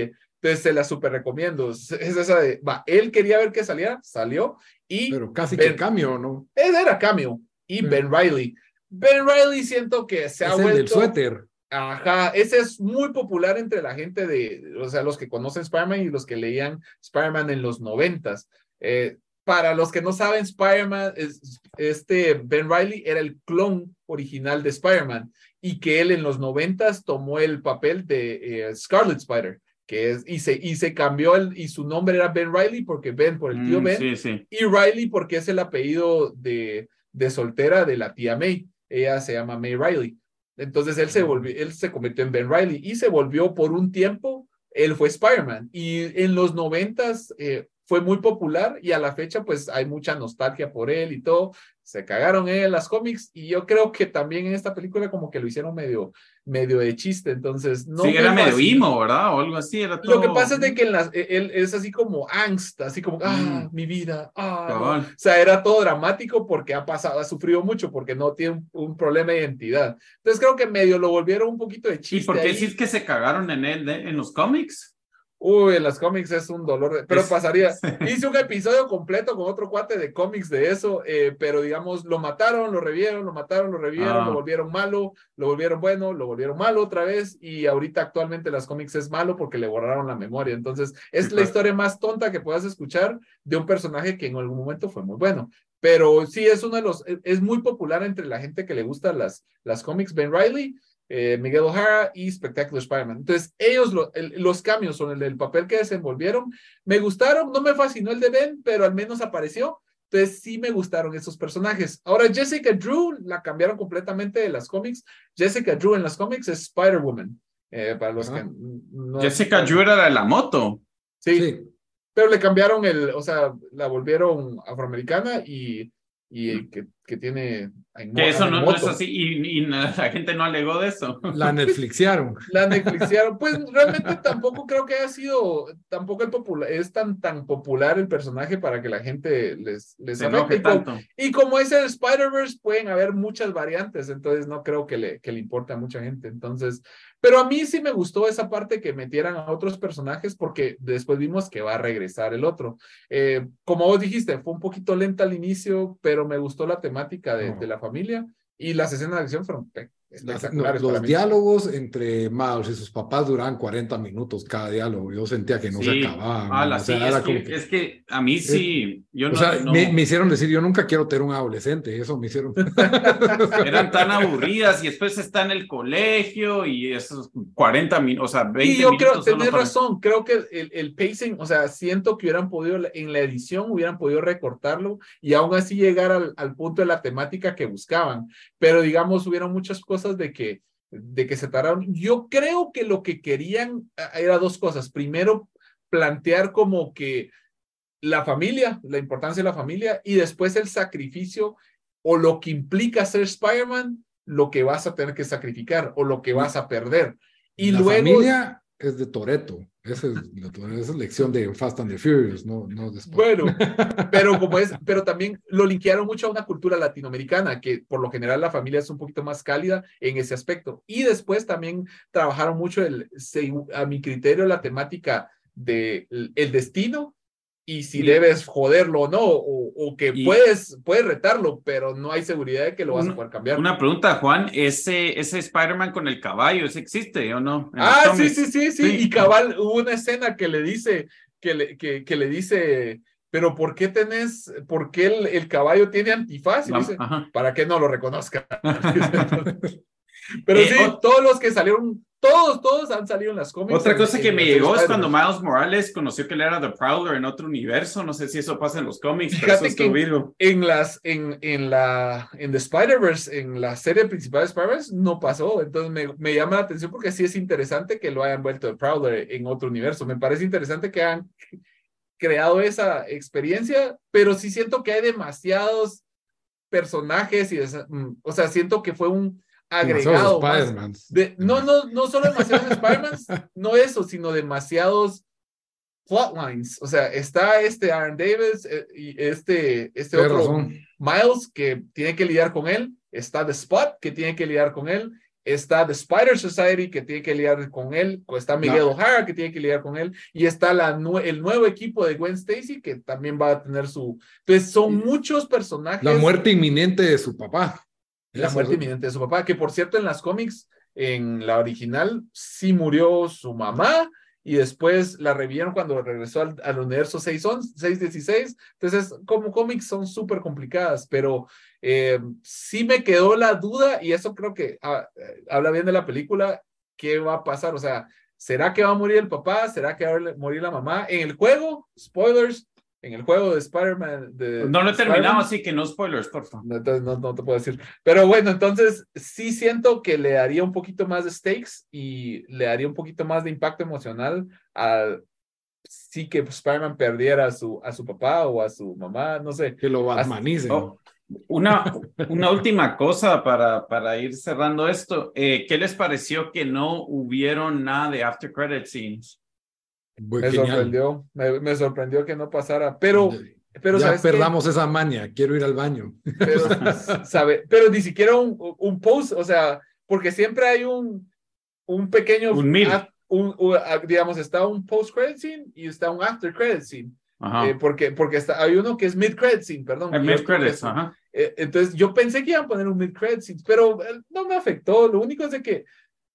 Entonces se la súper recomiendo. Es esa de, va, él quería ver que salía, salió, y... Pero casi Ben, que cameo, ¿no? Él era cameo, y sí. Ben Reilly. Ben Reilly siento que se es ha el vuelto... del suéter. Ajá, ese es muy popular entre la gente de, o sea, los que conocen Spider-Man y los que leían Spider-Man en los noventas. Eh, para los que no saben, Spider-Man, es, este Ben Reilly era el clon original de Spider-Man y que él en los noventas tomó el papel de eh, Scarlet Spider, que es, y se, y se cambió el, y su nombre era Ben Reilly porque Ben por el tío mm, Ben, sí, sí. y Reilly porque es el apellido de, de soltera de la tía May. Ella se llama May Reilly. Entonces él se volvió, él se convirtió en Ben Reilly y se volvió por un tiempo, él fue Spider-Man y en los noventas eh, fue muy popular y a la fecha pues hay mucha nostalgia por él y todo, se cagaron en las cómics y yo creo que también en esta película como que lo hicieron medio, medio de chiste, entonces no. Sí, era medio emo, ¿verdad? O algo así, era todo... Lo que pasa es de que en las, él es así como angst, así como, ah, mm. mi vida, ah, no. O sea, era todo dramático porque ha pasado, ha sufrido mucho porque no tiene un, un problema de identidad. Entonces creo que medio lo volvieron un poquito de chiste. ¿Y por qué decís que se cagaron en él de, en los cómics? Uy, en las cómics es un dolor, de... pero pasaría, hice un episodio completo con otro cuate de cómics de eso, eh, pero digamos, lo mataron, lo revivieron, lo mataron, lo revivieron, ah. lo volvieron malo, lo volvieron bueno, lo volvieron malo otra vez, y ahorita actualmente las cómics es malo porque le borraron la memoria, entonces es sí, la historia más tonta que puedas escuchar de un personaje que en algún momento fue muy bueno. Pero sí, es uno de los, es muy popular entre la gente que le gusta las, las cómics, Ben Reilly, Eh, Miguel O'Hara y Spectacular Spider-Man. Entonces, ellos, lo, el, los cambios son el, el papel que desenvolvieron. Me gustaron, no me fascinó el de Ben, pero al menos apareció. Entonces, sí me gustaron esos personajes. Ahora, Jessica Drew la cambiaron completamente de las cómics. Jessica Drew en las cómics es Spider-Woman. Eh, para los uh-huh. que no Jessica no, Drew era de la moto. Sí, sí, pero le cambiaron el, o sea, la volvieron afroamericana y, y que, que tiene... Que eso no, no es así y, y la gente no alegó de eso. La Netflixiaron. La Netflixiaron. Pues realmente tampoco creo que haya sido, tampoco el popular, es tan, tan popular el personaje para que la gente les, les se enoje tanto. Y como es el Spider-Verse, pueden haber muchas variantes, entonces no creo que le, que le importe a mucha gente. Entonces, pero a mí sí me gustó esa parte que metieran a otros personajes porque después vimos que va a regresar el otro. Eh, como vos dijiste, fue un poquito lenta al inicio, pero me gustó la temática de, no. de la familia y las escenas de acción fueron espectaculares. Las, no, los diálogos entre Miles y sus papás duraban cuarenta minutos cada diálogo. Yo sentía que no sí. se acababan. Ah, la, o sea, sí, era es, como que, que, es que a mí sí. Yo o no, sea, no... Me, me hicieron decir, yo nunca quiero tener un adolescente. Eso me hicieron. Eran tan aburridas y después está en el colegio y esos cuarenta minutos, o sea, veinte y yo minutos. creo, tenés para... razón, creo que el, el pacing, o sea, siento que hubieran podido, en la edición hubieran podido recortarlo y aún así llegar al, al punto de la temática que buscaban. Pero digamos, hubieron muchas cosas de que de que se tardaron. Yo creo que lo que querían era dos cosas. Primero, plantear como que la familia, la importancia de la familia, y después el sacrificio o lo que implica ser Spider-Man, lo que vas a tener que sacrificar o lo que vas a perder. Y la luego... familia es de Toretto. Esa es, esa es lección de Fast and the Furious, no, no después. Bueno, pero como es, pero también lo linkearon mucho a una cultura latinoamericana, que por lo general la familia es un poquito más cálida en ese aspecto. Y después también trabajaron mucho, el, a mi criterio, la temática de el destino y si y, debes joderlo o no, o, o que y, puedes, puedes retarlo, pero no hay seguridad de que lo vas una, a poder cambiar. Una pregunta, Juan, ¿ese, ese Spider-Man con el caballo, ese existe o no? Ah, sí, sí, sí, sí, sí, y cabal, hubo una escena que le dice, que le, que, que le dice, pero ¿por qué tenés, por qué el, el caballo tiene antifaz? Y dice, para que no lo reconozca. Pero eh, sí, o... todos los que salieron, todos, todos han salido en las cómics. Otra cosa en, que en me llegó es cuando Miles Morales conoció que él era The Prowler en otro universo. No sé si eso pasa en los cómics, pero eso es que en, en las, en, en la, en The Spider-Verse, en la serie principal de Spider-Verse, no pasó. Entonces me, me llama la atención porque sí es interesante que lo hayan vuelto The Prowler en otro universo. Me parece interesante que hayan creado esa experiencia, pero sí siento que hay demasiados personajes y, o sea, siento que fue un agregado más de, no, no, no solo demasiados Spider-Mans, no eso, sino demasiados plotlines. O sea, está este Aaron Davis eh, y este, este otro razón. Miles que tiene que lidiar con él, está The Spot que tiene que lidiar con él, está The Spider Society, que tiene que lidiar con él, está Miguel No. O'Hara, que tiene que lidiar con él, y está la nue- el nuevo equipo de Gwen Stacy, que también va a tener su... Entonces, son muchos personajes. La muerte inminente de su papá. La Eso muerte es- inminente de su papá, que por cierto en las cómics, en la original, sí murió su mamá, y después la revivieron cuando regresó al, al universo seis dieciséis. Entonces, como cómics son súper complicadas, pero eh, sí me quedó la duda, y eso creo que ah, eh, habla bien de la película, ¿qué va a pasar? O sea, ¿será que va a morir el papá? ¿Será que va a morir la mamá? En el juego, spoilers, en el juego de Spider-Man. de No lo he terminado, Spider-Man, así que no spoilers, por favor. no, entonces no, no te puedo decir. Pero bueno, entonces sí siento que le daría un poquito más de stakes y le daría un poquito más de impacto emocional a sí que Spider-Man perdiera a su, a su papá o a su mamá, no sé. Que lo batmanicen. Oh, una, una última cosa para, para ir cerrando esto. Eh, ¿Qué les pareció que no hubieron nada de after credit scenes? Muy Me genial. sorprendió, me, me sorprendió que no pasara, pero, pero ya ¿sabes qué? perdamos esa maña, quiero ir al baño. Pero, sabe, pero ni siquiera un, un post, o sea, porque siempre hay un, un pequeño, Un mil. a- un, un- a- digamos, está un post credit scene y está un after credit scene. Ajá. Eh, porque porque está, hay uno que es mid credit scene, perdón. El y mid otro que credits, es- ajá. eh, entonces yo pensé que iban a poner un mid credit scene, pero eh, no me afectó. Lo único es de que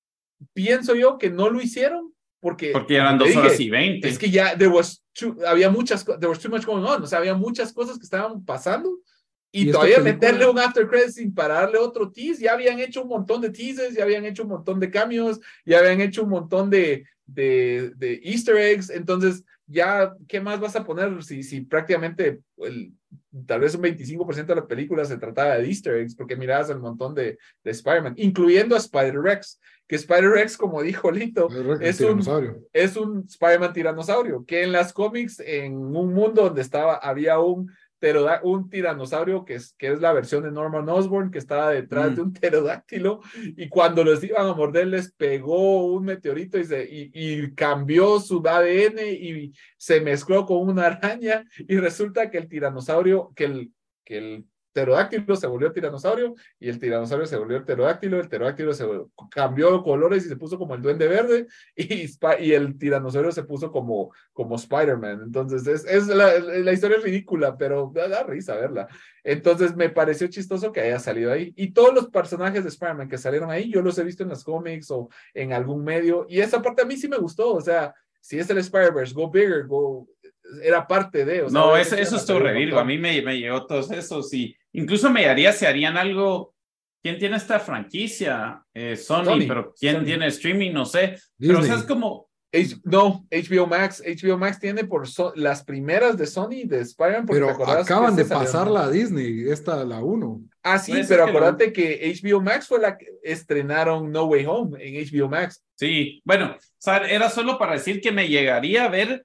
pienso yo que no lo hicieron porque, Porque eran como te dos horas dije, y veinte. es que ya there was too- había muchas co- there was too much going on, o sea, había muchas cosas que estaban pasando y, Y esta todavía película- meterle un after credits sin para darle otro tease. Ya habían hecho un montón de teases, ya habían hecho un montón de cambios, ya habían hecho un montón de, de, de Easter eggs. Entonces, ya, ¿qué más vas a poner si, si prácticamente el, tal vez un veinticinco por ciento de la película se trataba de Easter eggs? Porque mirabas el montón de, de Spider-Man, incluyendo a Spider-Rex, que Spider-Rex, como dijo Lito, es un, es un Spider-Man tiranosaurio, que en las cómics, en un mundo donde estaba, había un, pteroda- un tiranosaurio que es, que es la versión de Norman Osborn, que estaba detrás Mm. de un pterodáctilo, y cuando los iban a morder les pegó un meteorito y, se, y, y cambió su A D N y se mezcló con una araña, y resulta que el tiranosaurio, que el, que el pterodáctilo se volvió tiranosaurio, y el tiranosaurio se volvió el pterodáctilo, el pterodáctilo se cambió de colores y se puso como el duende verde, y, Sp- y el tiranosaurio se puso como, como Spider-Man. Entonces, es, es la, la historia es ridícula, pero da, da risa verla. Entonces, me pareció chistoso que haya salido ahí. Y todos los personajes de Spider-Man que salieron ahí, yo los he visto en las cómics o en algún medio, y esa parte a mí sí me gustó. O sea, si es el Spider-Verse, go bigger, go... Era parte de... O sea, No, obviamente eso, eso iban a estuvo salir un revirgo. montón. A mí me, me llegó todos esos y incluso me haría si harían algo. ¿Quién tiene esta franquicia? Eh, Sony, Sony, pero ¿quién Sony. tiene streaming? No sé. Pero o sea, Disney. es como. H- no, H B O Max. H B O Max tiene por so- las primeras de Sony de Spider-Man. porque Pero te acordás que acaban de este salió, pasarla ¿no? a Disney, esta la uno. Ah, sí, Puede ser pero que lo- acuérdate que H B O Max fue la que estrenaron No Way Home en H B O Max. Sí, bueno, o sea, era solo para decir que me llegaría a ver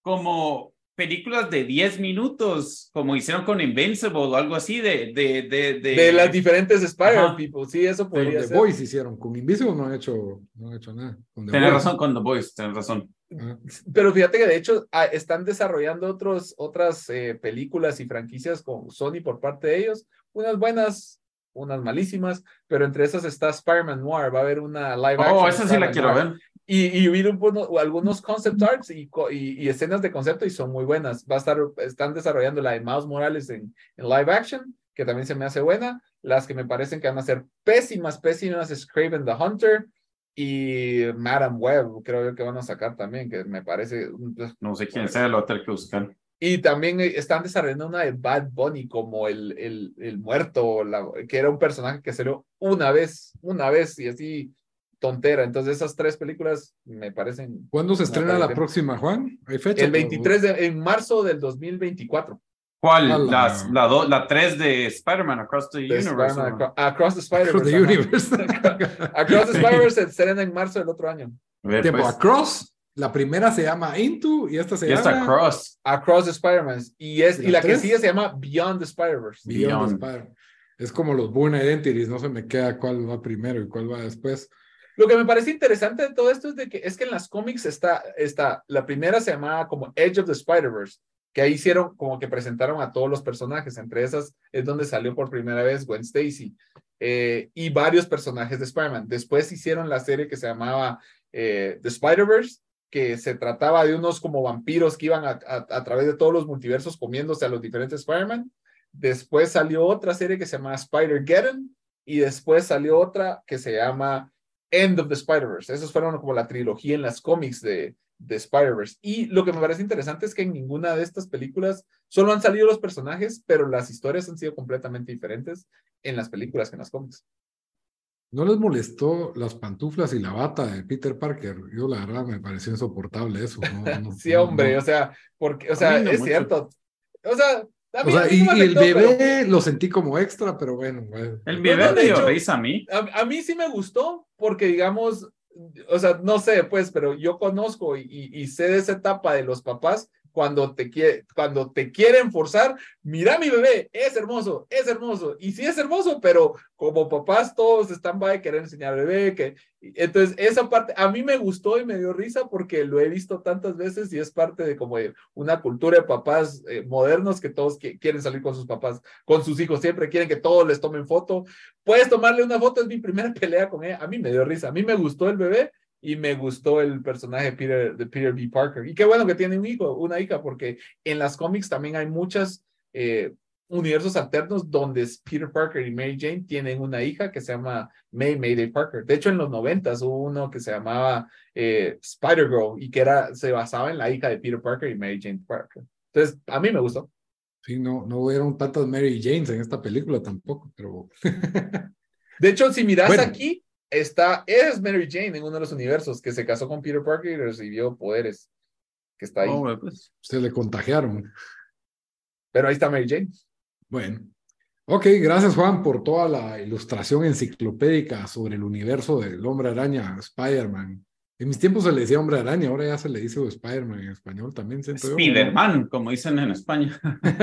como películas de diez minutos, como hicieron con Invincible o algo así, de. De, de, de... De las diferentes Spider-Man Ajá. People. Sí, eso Con podría The ser. Boys hicieron, con Invisible no han hecho, no han hecho nada. Con The Tienes Boys. razón con The Boys, tienes razón. Ah, Pero fíjate que de hecho ah, están desarrollando otros, otras eh, películas y franquicias con Sony por parte de ellos. Unas buenas, unas malísimas, pero entre esas está Spider-Man Noir. Va a haber una live action. Oh, de esa sí la Spider-Man quiero Noir. ver. Y, y vi un- uno- algunos concept arts y, co- y, y escenas de concepto y son muy buenas. Va a estar, están desarrollando la de Miles Morales en, en live action, que también se me hace buena. Las que me parecen que van a ser pésimas, pésimas es Kraven the Hunter y Madam Web, creo yo que van a sacar también, que me parece... No sé quién sea, lo voy a tener que buscar. Y también eh, están desarrollando una de Bad Bunny como el, el, el muerto, la, que era un personaje que salió una vez, una vez y así tontera. Entonces esas tres películas me parecen... ¿Cuándo se me estrena la parecen- próxima, Juan? ¿Hay fecha? El veintitrés de en marzo del dos mil veinticuatro. ¿Cuál? Ala. Las, la, do, la tres de Spider-Man Across the De Universe. Spider-Man ¿o? Acro- Across the Across Spider-Verse. the ajá. Universe. Across the Spider-Verse se estrena en marzo del otro año. A ver, Tiempo, pues, Across, la primera se llama Into y esta se y esta llama Cross. Across the Spider-Man. Y, es, ¿Y y la la que tres? sigue se llama Beyond the Spider-Verse. Beyond Beyond. Spider. Es como los Bourne Identities, no se me queda cuál va primero y cuál va después. Lo que me parece interesante de todo esto es de que es que en las cómics está, está la primera se llamaba como Edge of the Spider-Verse, que ahí hicieron como que presentaron a todos los personajes, entre esas es donde salió por primera vez Gwen Stacy. eh, y varios personajes de Spider-Man. Después hicieron la serie que se llamaba eh, The Spider-Verse, que se trataba de unos como vampiros que iban a, a, a través de todos los multiversos comiéndose a los diferentes Spider-Man. Después salió otra serie que se llama Spider-Geddon, y después salió otra que se llama End of the Spider-Verse. Esos fueron como la trilogía en las cómics de, de Spider-Verse. Y lo que me parece interesante es que en ninguna de estas películas solo han salido los personajes, pero las historias han sido completamente diferentes en las películas que en las cómics. ¿No les molestó las pantuflas y la bata de Peter Parker? Yo la verdad me pareció insoportable eso. No, no, sí, hombre, no. o sea, porque, o sea, no es mucho. Cierto. O sea, a mí, o sea, a mí y, no y el bebé pero... lo sentí como extra, pero bueno. bueno. El bebé no, no, me dio risa a mí. A, a mí sí me gustó, porque digamos, o sea, no sé, pues, pero yo conozco y, y, y sé de esa etapa de los papás cuando te, quiere, cuando te quieren forzar. Mira mi bebé, es hermoso, es hermoso, y sí es hermoso, pero como papás todos están para querer enseñar al bebé, que entonces esa parte a mí me gustó y me dio risa porque lo he visto tantas veces y es parte de como de una cultura de papás eh, modernos que todos que, quieren salir con sus papás, con sus hijos, siempre quieren que todos les tomen foto. Puedes tomarle una foto, es mi primera pelea con ella. A mí me dio risa, a mí me gustó el bebé y me gustó el personaje Peter, de Peter B. Parker. Y qué bueno que tiene un hijo, una hija, porque en las cómics también hay muchas eh, universos alternos donde Peter Parker y Mary Jane tienen una hija que se llama May Mayday Parker. De hecho, en los noventas hubo uno que se llamaba eh, Spider-Girl y que era, se basaba en la hija de Peter Parker y Mary Jane Parker. Entonces, a mí me gustó. Sí, no, no hubieron tantas Mary Janes en esta película tampoco, pero... de hecho, si miras bueno. aquí, está, es Mary Jane en uno de los universos que se casó con Peter Parker y recibió poderes, que está ahí. Oh, pues. Se le contagiaron. Pero ahí está Mary Jane. Bueno. Ok, gracias Juan por toda la ilustración enciclopédica sobre el universo del Hombre Araña, Spider-Man. En mis tiempos se le decía Hombre Araña, ahora ya se le dice Spider-Man en español también. Spider-Man, ¿no? Como dicen en España.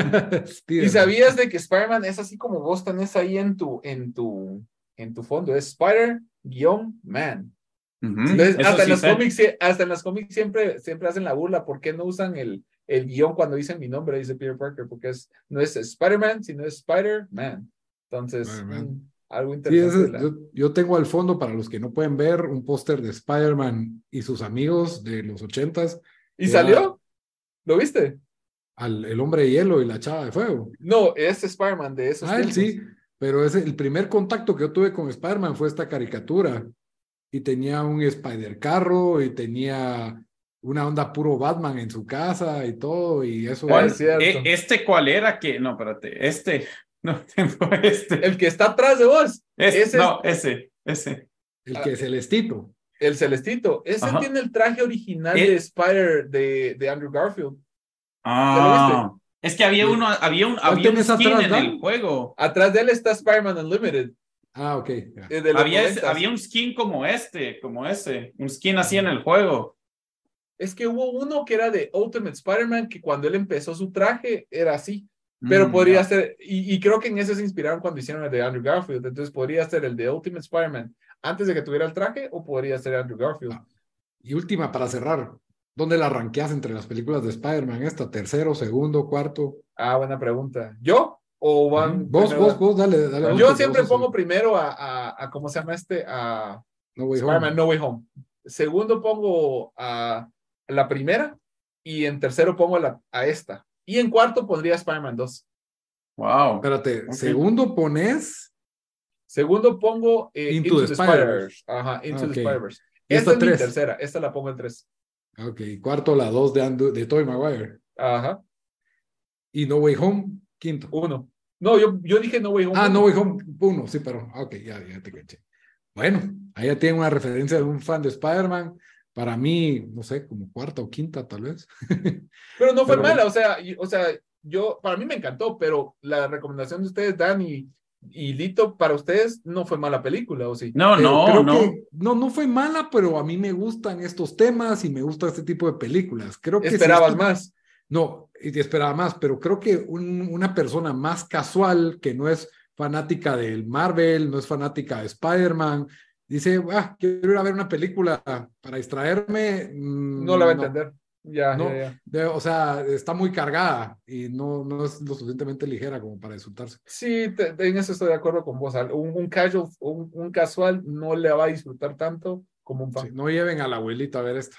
¿Y sabías de que Spider-Man es así como vos tenés ahí en tu, en tu, en tu fondo? Es Spider-Man. Uh-huh. Entonces, hasta, sí en los cómics, hasta en los cómics siempre, siempre hacen la burla. ¿Por qué no usan el, el guión cuando dicen mi nombre? Dice Peter Parker, porque es, no es Spider-Man, sino es Spider-Man. Entonces, Spider-Man. Mm, algo interesante. Sí, ese, la... yo, yo tengo al fondo, para los que no pueden ver, un póster de Spider-Man y sus amigos de los ochentas. ¿Y salió? ¿Lo viste? Al, el hombre de hielo y la chava de fuego. No, es Spider-Man de esos Ah, él sí, pero ese, el primer contacto que yo tuve con Spider-Man fue esta caricatura. Y tenía un Spider-Carro y tenía una onda puro Batman en su casa y todo, y eso ¿Cuál, es cierto. ¿Este cuál era? Que no, espérate, este, no tengo este. El que está atrás de vos. Este, ese no, es... ese, ese. El que es Celestito. El Celestito. Ese Ajá. tiene el traje original ¿El? de Spider de, de Andrew Garfield. Ah, es que había uno, había un, había un skin atrás, en ¿no? el juego. Atrás de él está Spider-Man Unlimited. Ah, ok. Yeah. Había, ese, había un skin como este, como ese, un skin así en el juego. Es que hubo uno que era de Ultimate Spider-Man, que cuando él empezó su traje era así, pero mm, podría yeah. ser, y, y creo que en ese se inspiraron cuando hicieron el de Andrew Garfield, entonces podría ser el de Ultimate Spider-Man antes de que tuviera el traje, o podría ser Andrew Garfield. Ah, y última, para cerrar, ¿dónde la ranqueas entre las películas de Spider-Man? ¿Esta, tercero, segundo, cuarto? Ah, buena pregunta. ¿Yo? ¿O van uh-huh. Vos, vos, vos, dale, dale. Yo vos, siempre vos, pongo sí. primero a, a, a, ¿cómo se llama este? A No Way Spider-Man Home. No Way Home. Segundo pongo a la primera y en tercero pongo la, a esta. Y en cuarto pondría Spider-Man dos. Wow. Espérate, okay. segundo pones... Segundo pongo eh, Into, Into the, the Spider-Verse. Spider-Verse. Ajá, Into okay. the Spider-Verse. Esta, esta es tres. mi tercera, esta la pongo en tres. Ok, cuarto la dos de, Andrew, de Tobey Maguire. Ajá. Y No Way Home, quinto. Uno. No, yo, yo dije No Way Home. Ah, uno. No Way Home, uno, sí, pero, ok, ya, ya te caché. Bueno, ahí ya tienen una referencia de un fan de Spider-Man. Para mí, no sé, como cuarta o quinta, tal vez. Pero no fue pero, mala, o sea, y, o sea, yo, para mí me encantó, pero la recomendación de ustedes, Dan y, y Lito, para ustedes no fue mala película, ¿o sí? No, pero no, creo no. Que, no, no fue mala, pero a mí me gustan estos temas y me gusta este tipo de películas. Creo que ¿Esperabas si esto, más? No, y esperaba más, pero creo que un, una persona más casual, que no es fanática del Marvel, no es fanática de Spider-Man, dice, ah, quiero ir a ver una película para distraerme. No la va a no, entender. Ya, no, ya, ya. de- o sea, está muy cargada y no, no es lo suficientemente ligera como para disfrutarse. Sí, te- te- en eso estoy de acuerdo con vos. Al- Un, un casual, un, un casual no le va a disfrutar tanto como un Sí, fan. no lleven a la abuelita a ver esta.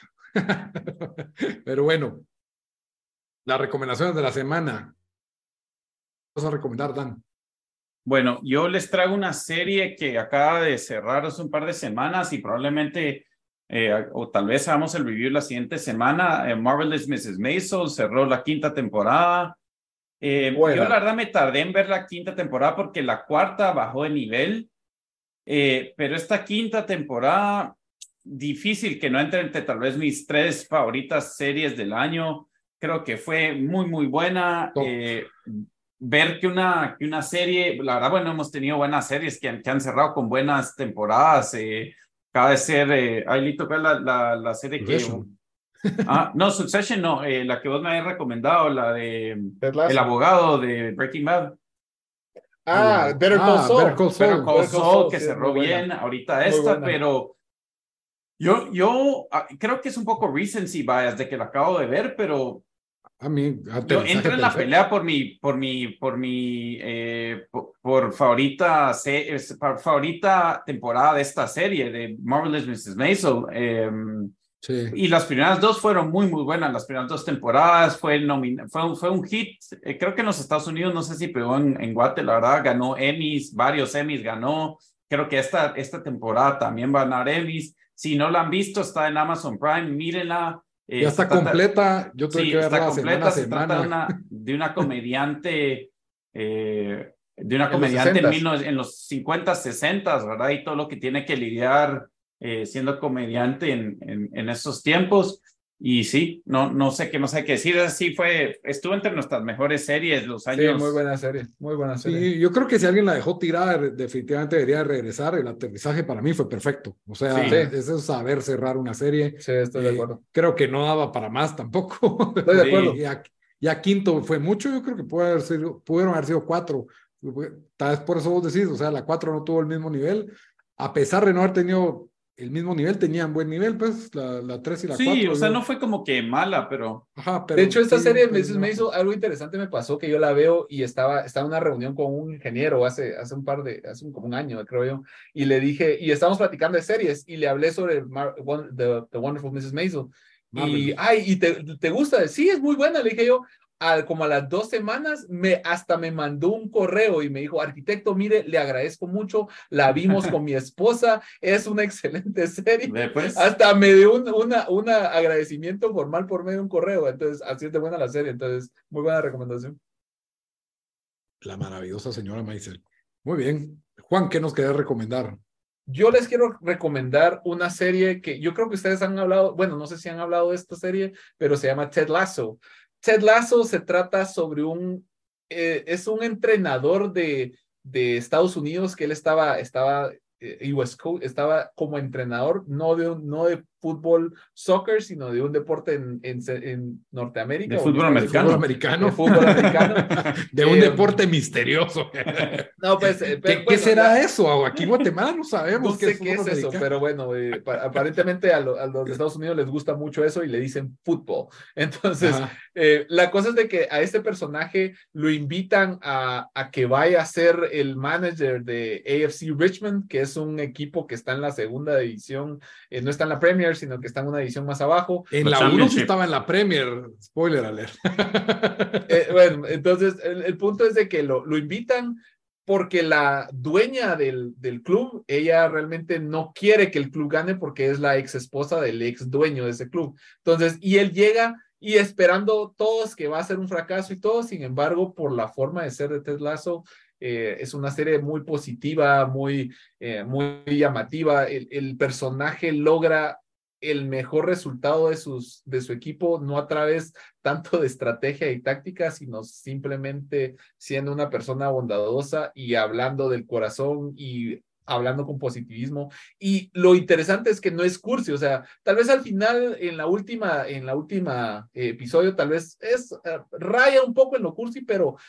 Pero bueno, las recomendaciones de la semana. Vamos a recomendar, Dan. Bueno, yo les traigo una serie que acaba de cerrar hace un par de semanas y probablemente, eh, o tal vez hagamos el review la siguiente semana. eh, Marvelous missus Maisel cerró la quinta temporada. Eh, yo Buena. la verdad me tardé en ver la quinta temporada porque la cuarta bajó de nivel, eh, pero esta quinta temporada, difícil que no entre entre tal vez mis tres favoritas series del año. Creo que fue muy, muy buena. Top. Eh, ver que una, que una serie, la verdad, bueno, hemos tenido buenas series que han, que han cerrado con buenas temporadas. Eh, acaba de ser, eh, ahí Lito, ¿cuál es la, la, la serie que... Succession. Ah, no, Succession no, eh, la que vos me habías recomendado, la de Ted El Lasso. abogado de Breaking Bad. Ah, Better Call Ah, Saul. Better Call Saul. Better Call Better Call Saul, Saul, que sí, es cerró muy buena. bien ahorita Muy esta, buena. pero yo, yo ah, creo que es un poco recency bias de que la acabo de ver, pero A mí, yo aterrizaje entro en la perfecto. pelea por mi, por mi, por mi, eh, por, por favorita, se, es- por favorita temporada de esta serie, de Marvelous missus Maisel. Eh, Sí. y las primeras dos fueron muy, muy buenas. Las primeras dos temporadas fue, nomin fue, un, fue un hit. Eh, creo que en los Estados Unidos, no sé si pegó en, en Guate, la verdad, ganó Emmys, varios Emmys ganó. Creo que esta, esta temporada también va a ganar Emmys. Si no la han visto, está en Amazon Prime, mírenla. Eh, Ya se está trata, completa. Yo tuve sí, que está verla semana completa. a Se trata de semana. una, de una comediante, eh, de una En los comediante en, sesentas. mil nove- en los cincuenta, sesenta, ¿verdad? Y todo lo que tiene que lidiar eh, siendo comediante en, en, en esos tiempos. Y sí, no, no sé qué, no sé qué decir. Así fue, estuvo entre nuestras mejores series los Sí, años. muy buena serie. Muy buena serie. Sí, yo creo que si alguien la dejó tirada, definitivamente debería regresar. El aterrizaje para mí fue perfecto. O sea, Sí. eso es saber cerrar una serie. Sí, estoy de Eh, acuerdo. creo que no daba para más tampoco. Estoy de Sí. acuerdo. Ya, ya quinto fue mucho, yo creo que puede haber sido, pudieron haber sido cuatro. Tal vez por eso vos decís, o sea, la cuatro no tuvo el mismo nivel. A pesar de no haber tenido el mismo nivel, tenían buen nivel, pues, la, la tres y la Sí, cuatro. o sea, yo- no fue como que mala, pero Ajá, pero De hecho, esta sí, serie un me pelín hizo, me abajo. hizo algo interesante, me pasó que yo la veo y estaba, estaba en una reunión con un ingeniero hace, hace un par de, hace un, como un año, creo yo, y le dije, y estábamos platicando de series, y le hablé sobre Mar, One, the, the Wonderful missus Maisel. Y, Marvelous. ay, ¿y te, te gusta? Sí, es muy buena, le dije yo. Al, como a las dos semanas, me, hasta me mandó un correo y me dijo, arquitecto, mire, le agradezco mucho, la vimos con mi esposa, es una excelente serie. después. Hasta me dio un una, una agradecimiento formal por medio de un correo, entonces así es de buena la serie, entonces muy buena recomendación. La maravillosa señora Maisel. Muy bien. Juan, ¿qué nos querés recomendar? Yo les quiero recomendar una serie que yo creo que ustedes han hablado, bueno, no sé si han hablado de esta serie, pero se llama Ted Lasso. Ted Lasso se trata sobre un, eh, es un entrenador de, de Estados Unidos que él estaba, estaba, eh, U S Co- estaba como entrenador, no de, un, no de fútbol, soccer, sino de un deporte en, en, en Norteamérica. De o en fútbol Estados Fútbol americano. americano. De fútbol americano. De un Eh, deporte misterioso. No, pues, eh, ¿Qué, bueno, ¿qué será la- eso? Aquí en Guatemala no sabemos No qué sé es qué fútbol es eso, americano. pero bueno, eh, pa- aparentemente a, lo- a los de Estados Unidos les gusta mucho eso y le dicen fútbol. Entonces, Ajá. eh, la cosa es de que a este personaje lo invitan a, a que vaya a ser el manager de A F C Richmond, que es un equipo que está en la segunda división, eh, no está en la Premier, sino que está en una división más abajo. En La la uno sí Championship. estaba en la Premier. Spoiler alert. Eh, bueno, entonces el, el punto es de que lo, lo invitan porque la dueña del, del club, ella realmente no quiere que el club gane porque es la ex esposa del ex dueño de ese club. Entonces, y él llega y esperando todos que va a ser un fracaso y todo, sin embargo, por la forma de ser de Ted Lasso, eh, es una serie muy positiva, muy, eh, muy llamativa. El, el personaje logra el mejor resultado de, sus, de su equipo, no a través tanto de estrategia y táctica, sino simplemente siendo una persona bondadosa y hablando del corazón y hablando con positivismo. Y lo interesante es que no es cursi, o sea, tal vez al final, en la última, en la última eh, episodio, tal vez es uh, raya un poco en lo cursi, pero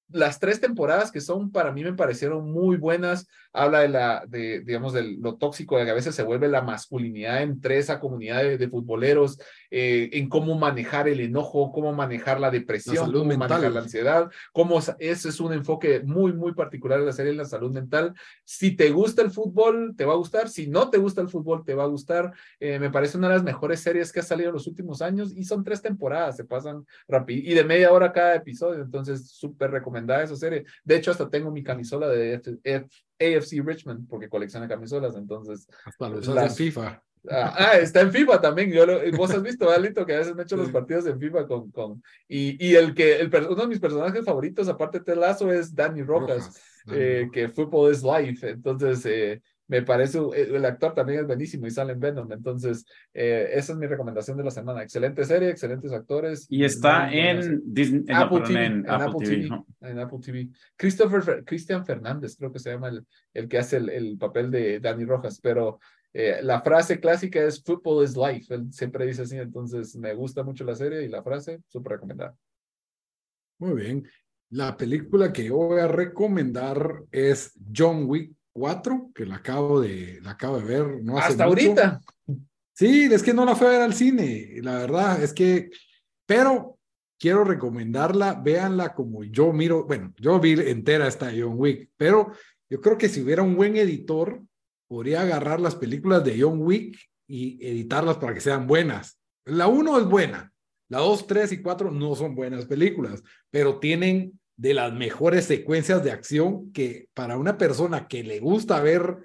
las tres temporadas que son, para mí me parecieron muy buenas. Habla de la, de, digamos, de lo tóxico de que a veces se vuelve la masculinidad entre esa comunidad de, de futboleros, eh, en cómo manejar el enojo, cómo manejar la depresión, La salud cómo mental. manejar la ansiedad, cómo ese es un enfoque muy, muy particular de la serie en la salud mental. Si te gusta el fútbol, te va a gustar. Si no te gusta el fútbol, te va a gustar. Eh, me parece una de las mejores series que ha salido en los últimos años y son tres temporadas, se pasan rápido y de media hora cada episodio, entonces súper recomendada esa serie. De hecho, hasta tengo mi camisola de F F A F C Richmond porque colecciona camisolas, entonces. Hasta lo usas las... en FIFA. Ah, ah, está en FIFA también. Yo lo, vos has visto, Alito, que a veces me echo sí. los partidos en FIFA con. con y, y el que el, uno de mis personajes favoritos, aparte de Ted Lasso, es Danny Rojas, Rojas Danny eh, Rojas. Que Football is Life. Entonces, eh, me parece, el actor también es buenísimo y sale en Venom. Entonces, eh, esa es mi recomendación de la semana. Excelente serie, excelentes actores. Y está en, Disney, en, Apple, no, T V, en, en Apple, Apple T V. T V. ¿No? En Apple T V. Christopher, Cristian Fernández, creo que se llama el, el que hace el, el papel de Danny Rojas, pero eh, la frase clásica es Football is life. Él siempre dice así, entonces me gusta mucho la serie y la frase, súper recomendada. Muy bien. La película que yo voy a recomendar es John Wick cuatro, que la acabo de, la acabo de ver no hace hasta mucho. ahorita. Sí, es que no la fui a ver al cine, la verdad es que, pero quiero recomendarla, véanla como yo miro, bueno, yo vi entera esta de John Wick, pero yo creo que si hubiera un buen editor, podría agarrar las películas de John Wick y editarlas para que sean buenas. La uno es buena, la dos, tres y cuatro no son buenas películas, pero tienen de las mejores secuencias de acción que para una persona que le gusta ver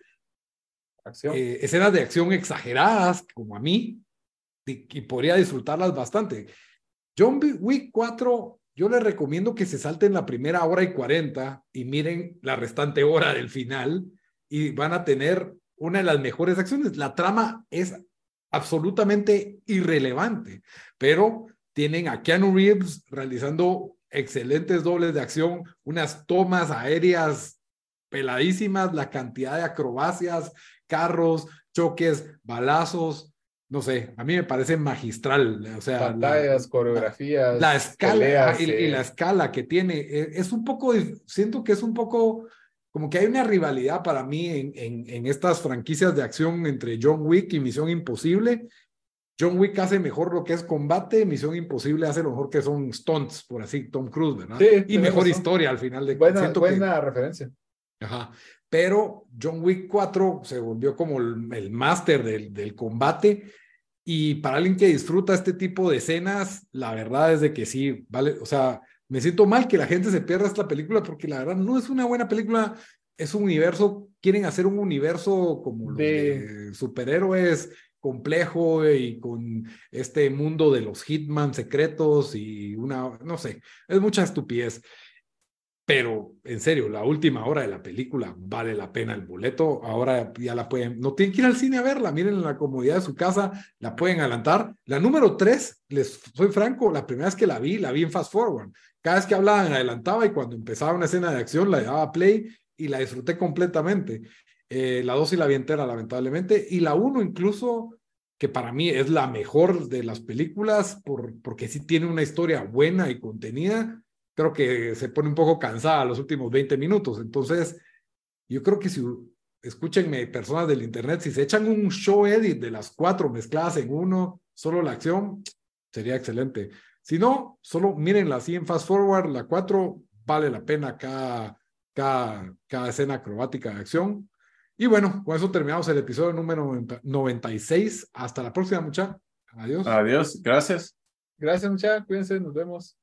acción. Eh, escenas de acción exageradas, como a mí, y, y podría disfrutarlas bastante. John Wick cuatro, yo les recomiendo que se salten la primera hora y cuarenta y miren la restante hora del final y van a tener una de las mejores acciones. La trama es absolutamente irrelevante, pero tienen a Keanu Reeves realizando excelentes dobles de acción, unas tomas aéreas peladísimas, la cantidad de acrobacias, carros, choques, balazos, no sé, a mí me parece magistral, o sea, pantallas, la, coreografías, la, la escala peleas, y, eh. y la escala que tiene, es un poco, siento que es un poco, como que hay una rivalidad para mí en, en, en estas franquicias de acción entre John Wick y Misión Imposible. John Wick hace mejor lo que es combate, Misión Imposible hace lo mejor que son stunts, por así, Tom Cruise, ¿verdad? Sí, y mejor razón. Historia al final de buena, siento buena que, referencia. Ajá. Pero John Wick cuatro se volvió como el, el máster del, del combate, y para alguien que disfruta este tipo de escenas, la verdad es de que sí, vale, o sea, me siento mal que la gente se pierda esta película porque la verdad no es una buena película, es un universo, quieren hacer un universo como los de, de superhéroes, complejo y con este mundo de los hitman secretos y una, no sé, es mucha estupidez. Pero, en serio, la última hora de la película vale la pena el boleto. Ahora ya la pueden, no tienen que ir al cine a verla, miren en la comodidad de su casa, la pueden adelantar. La número tres, les soy franco, la primera vez que la vi, la vi en Fast Forward. Cada vez que hablaban, adelantaba, y cuando empezaba una escena de acción, la daba play y la disfruté completamente. Eh, la dos sí la vi entera, lamentablemente. Y la uno incluso, que para mí es la mejor de las películas, por, porque sí tiene una historia buena y contenida. Creo que se pone un poco cansada los últimos veinte minutos. Entonces, yo creo que si, escúchenme, personas del internet, si se echan un show edit de las cuatro mezcladas en uno, solo la acción, sería excelente. Si no, solo mírenla así en Fast Forward, la cuatro vale la pena cada, cada, cada escena acrobática de acción. Y bueno, con eso terminamos el episodio número noventa y seis. Hasta la próxima, muchachos. Adiós. Adiós, gracias. Gracias, muchachos. Cuídense, nos vemos.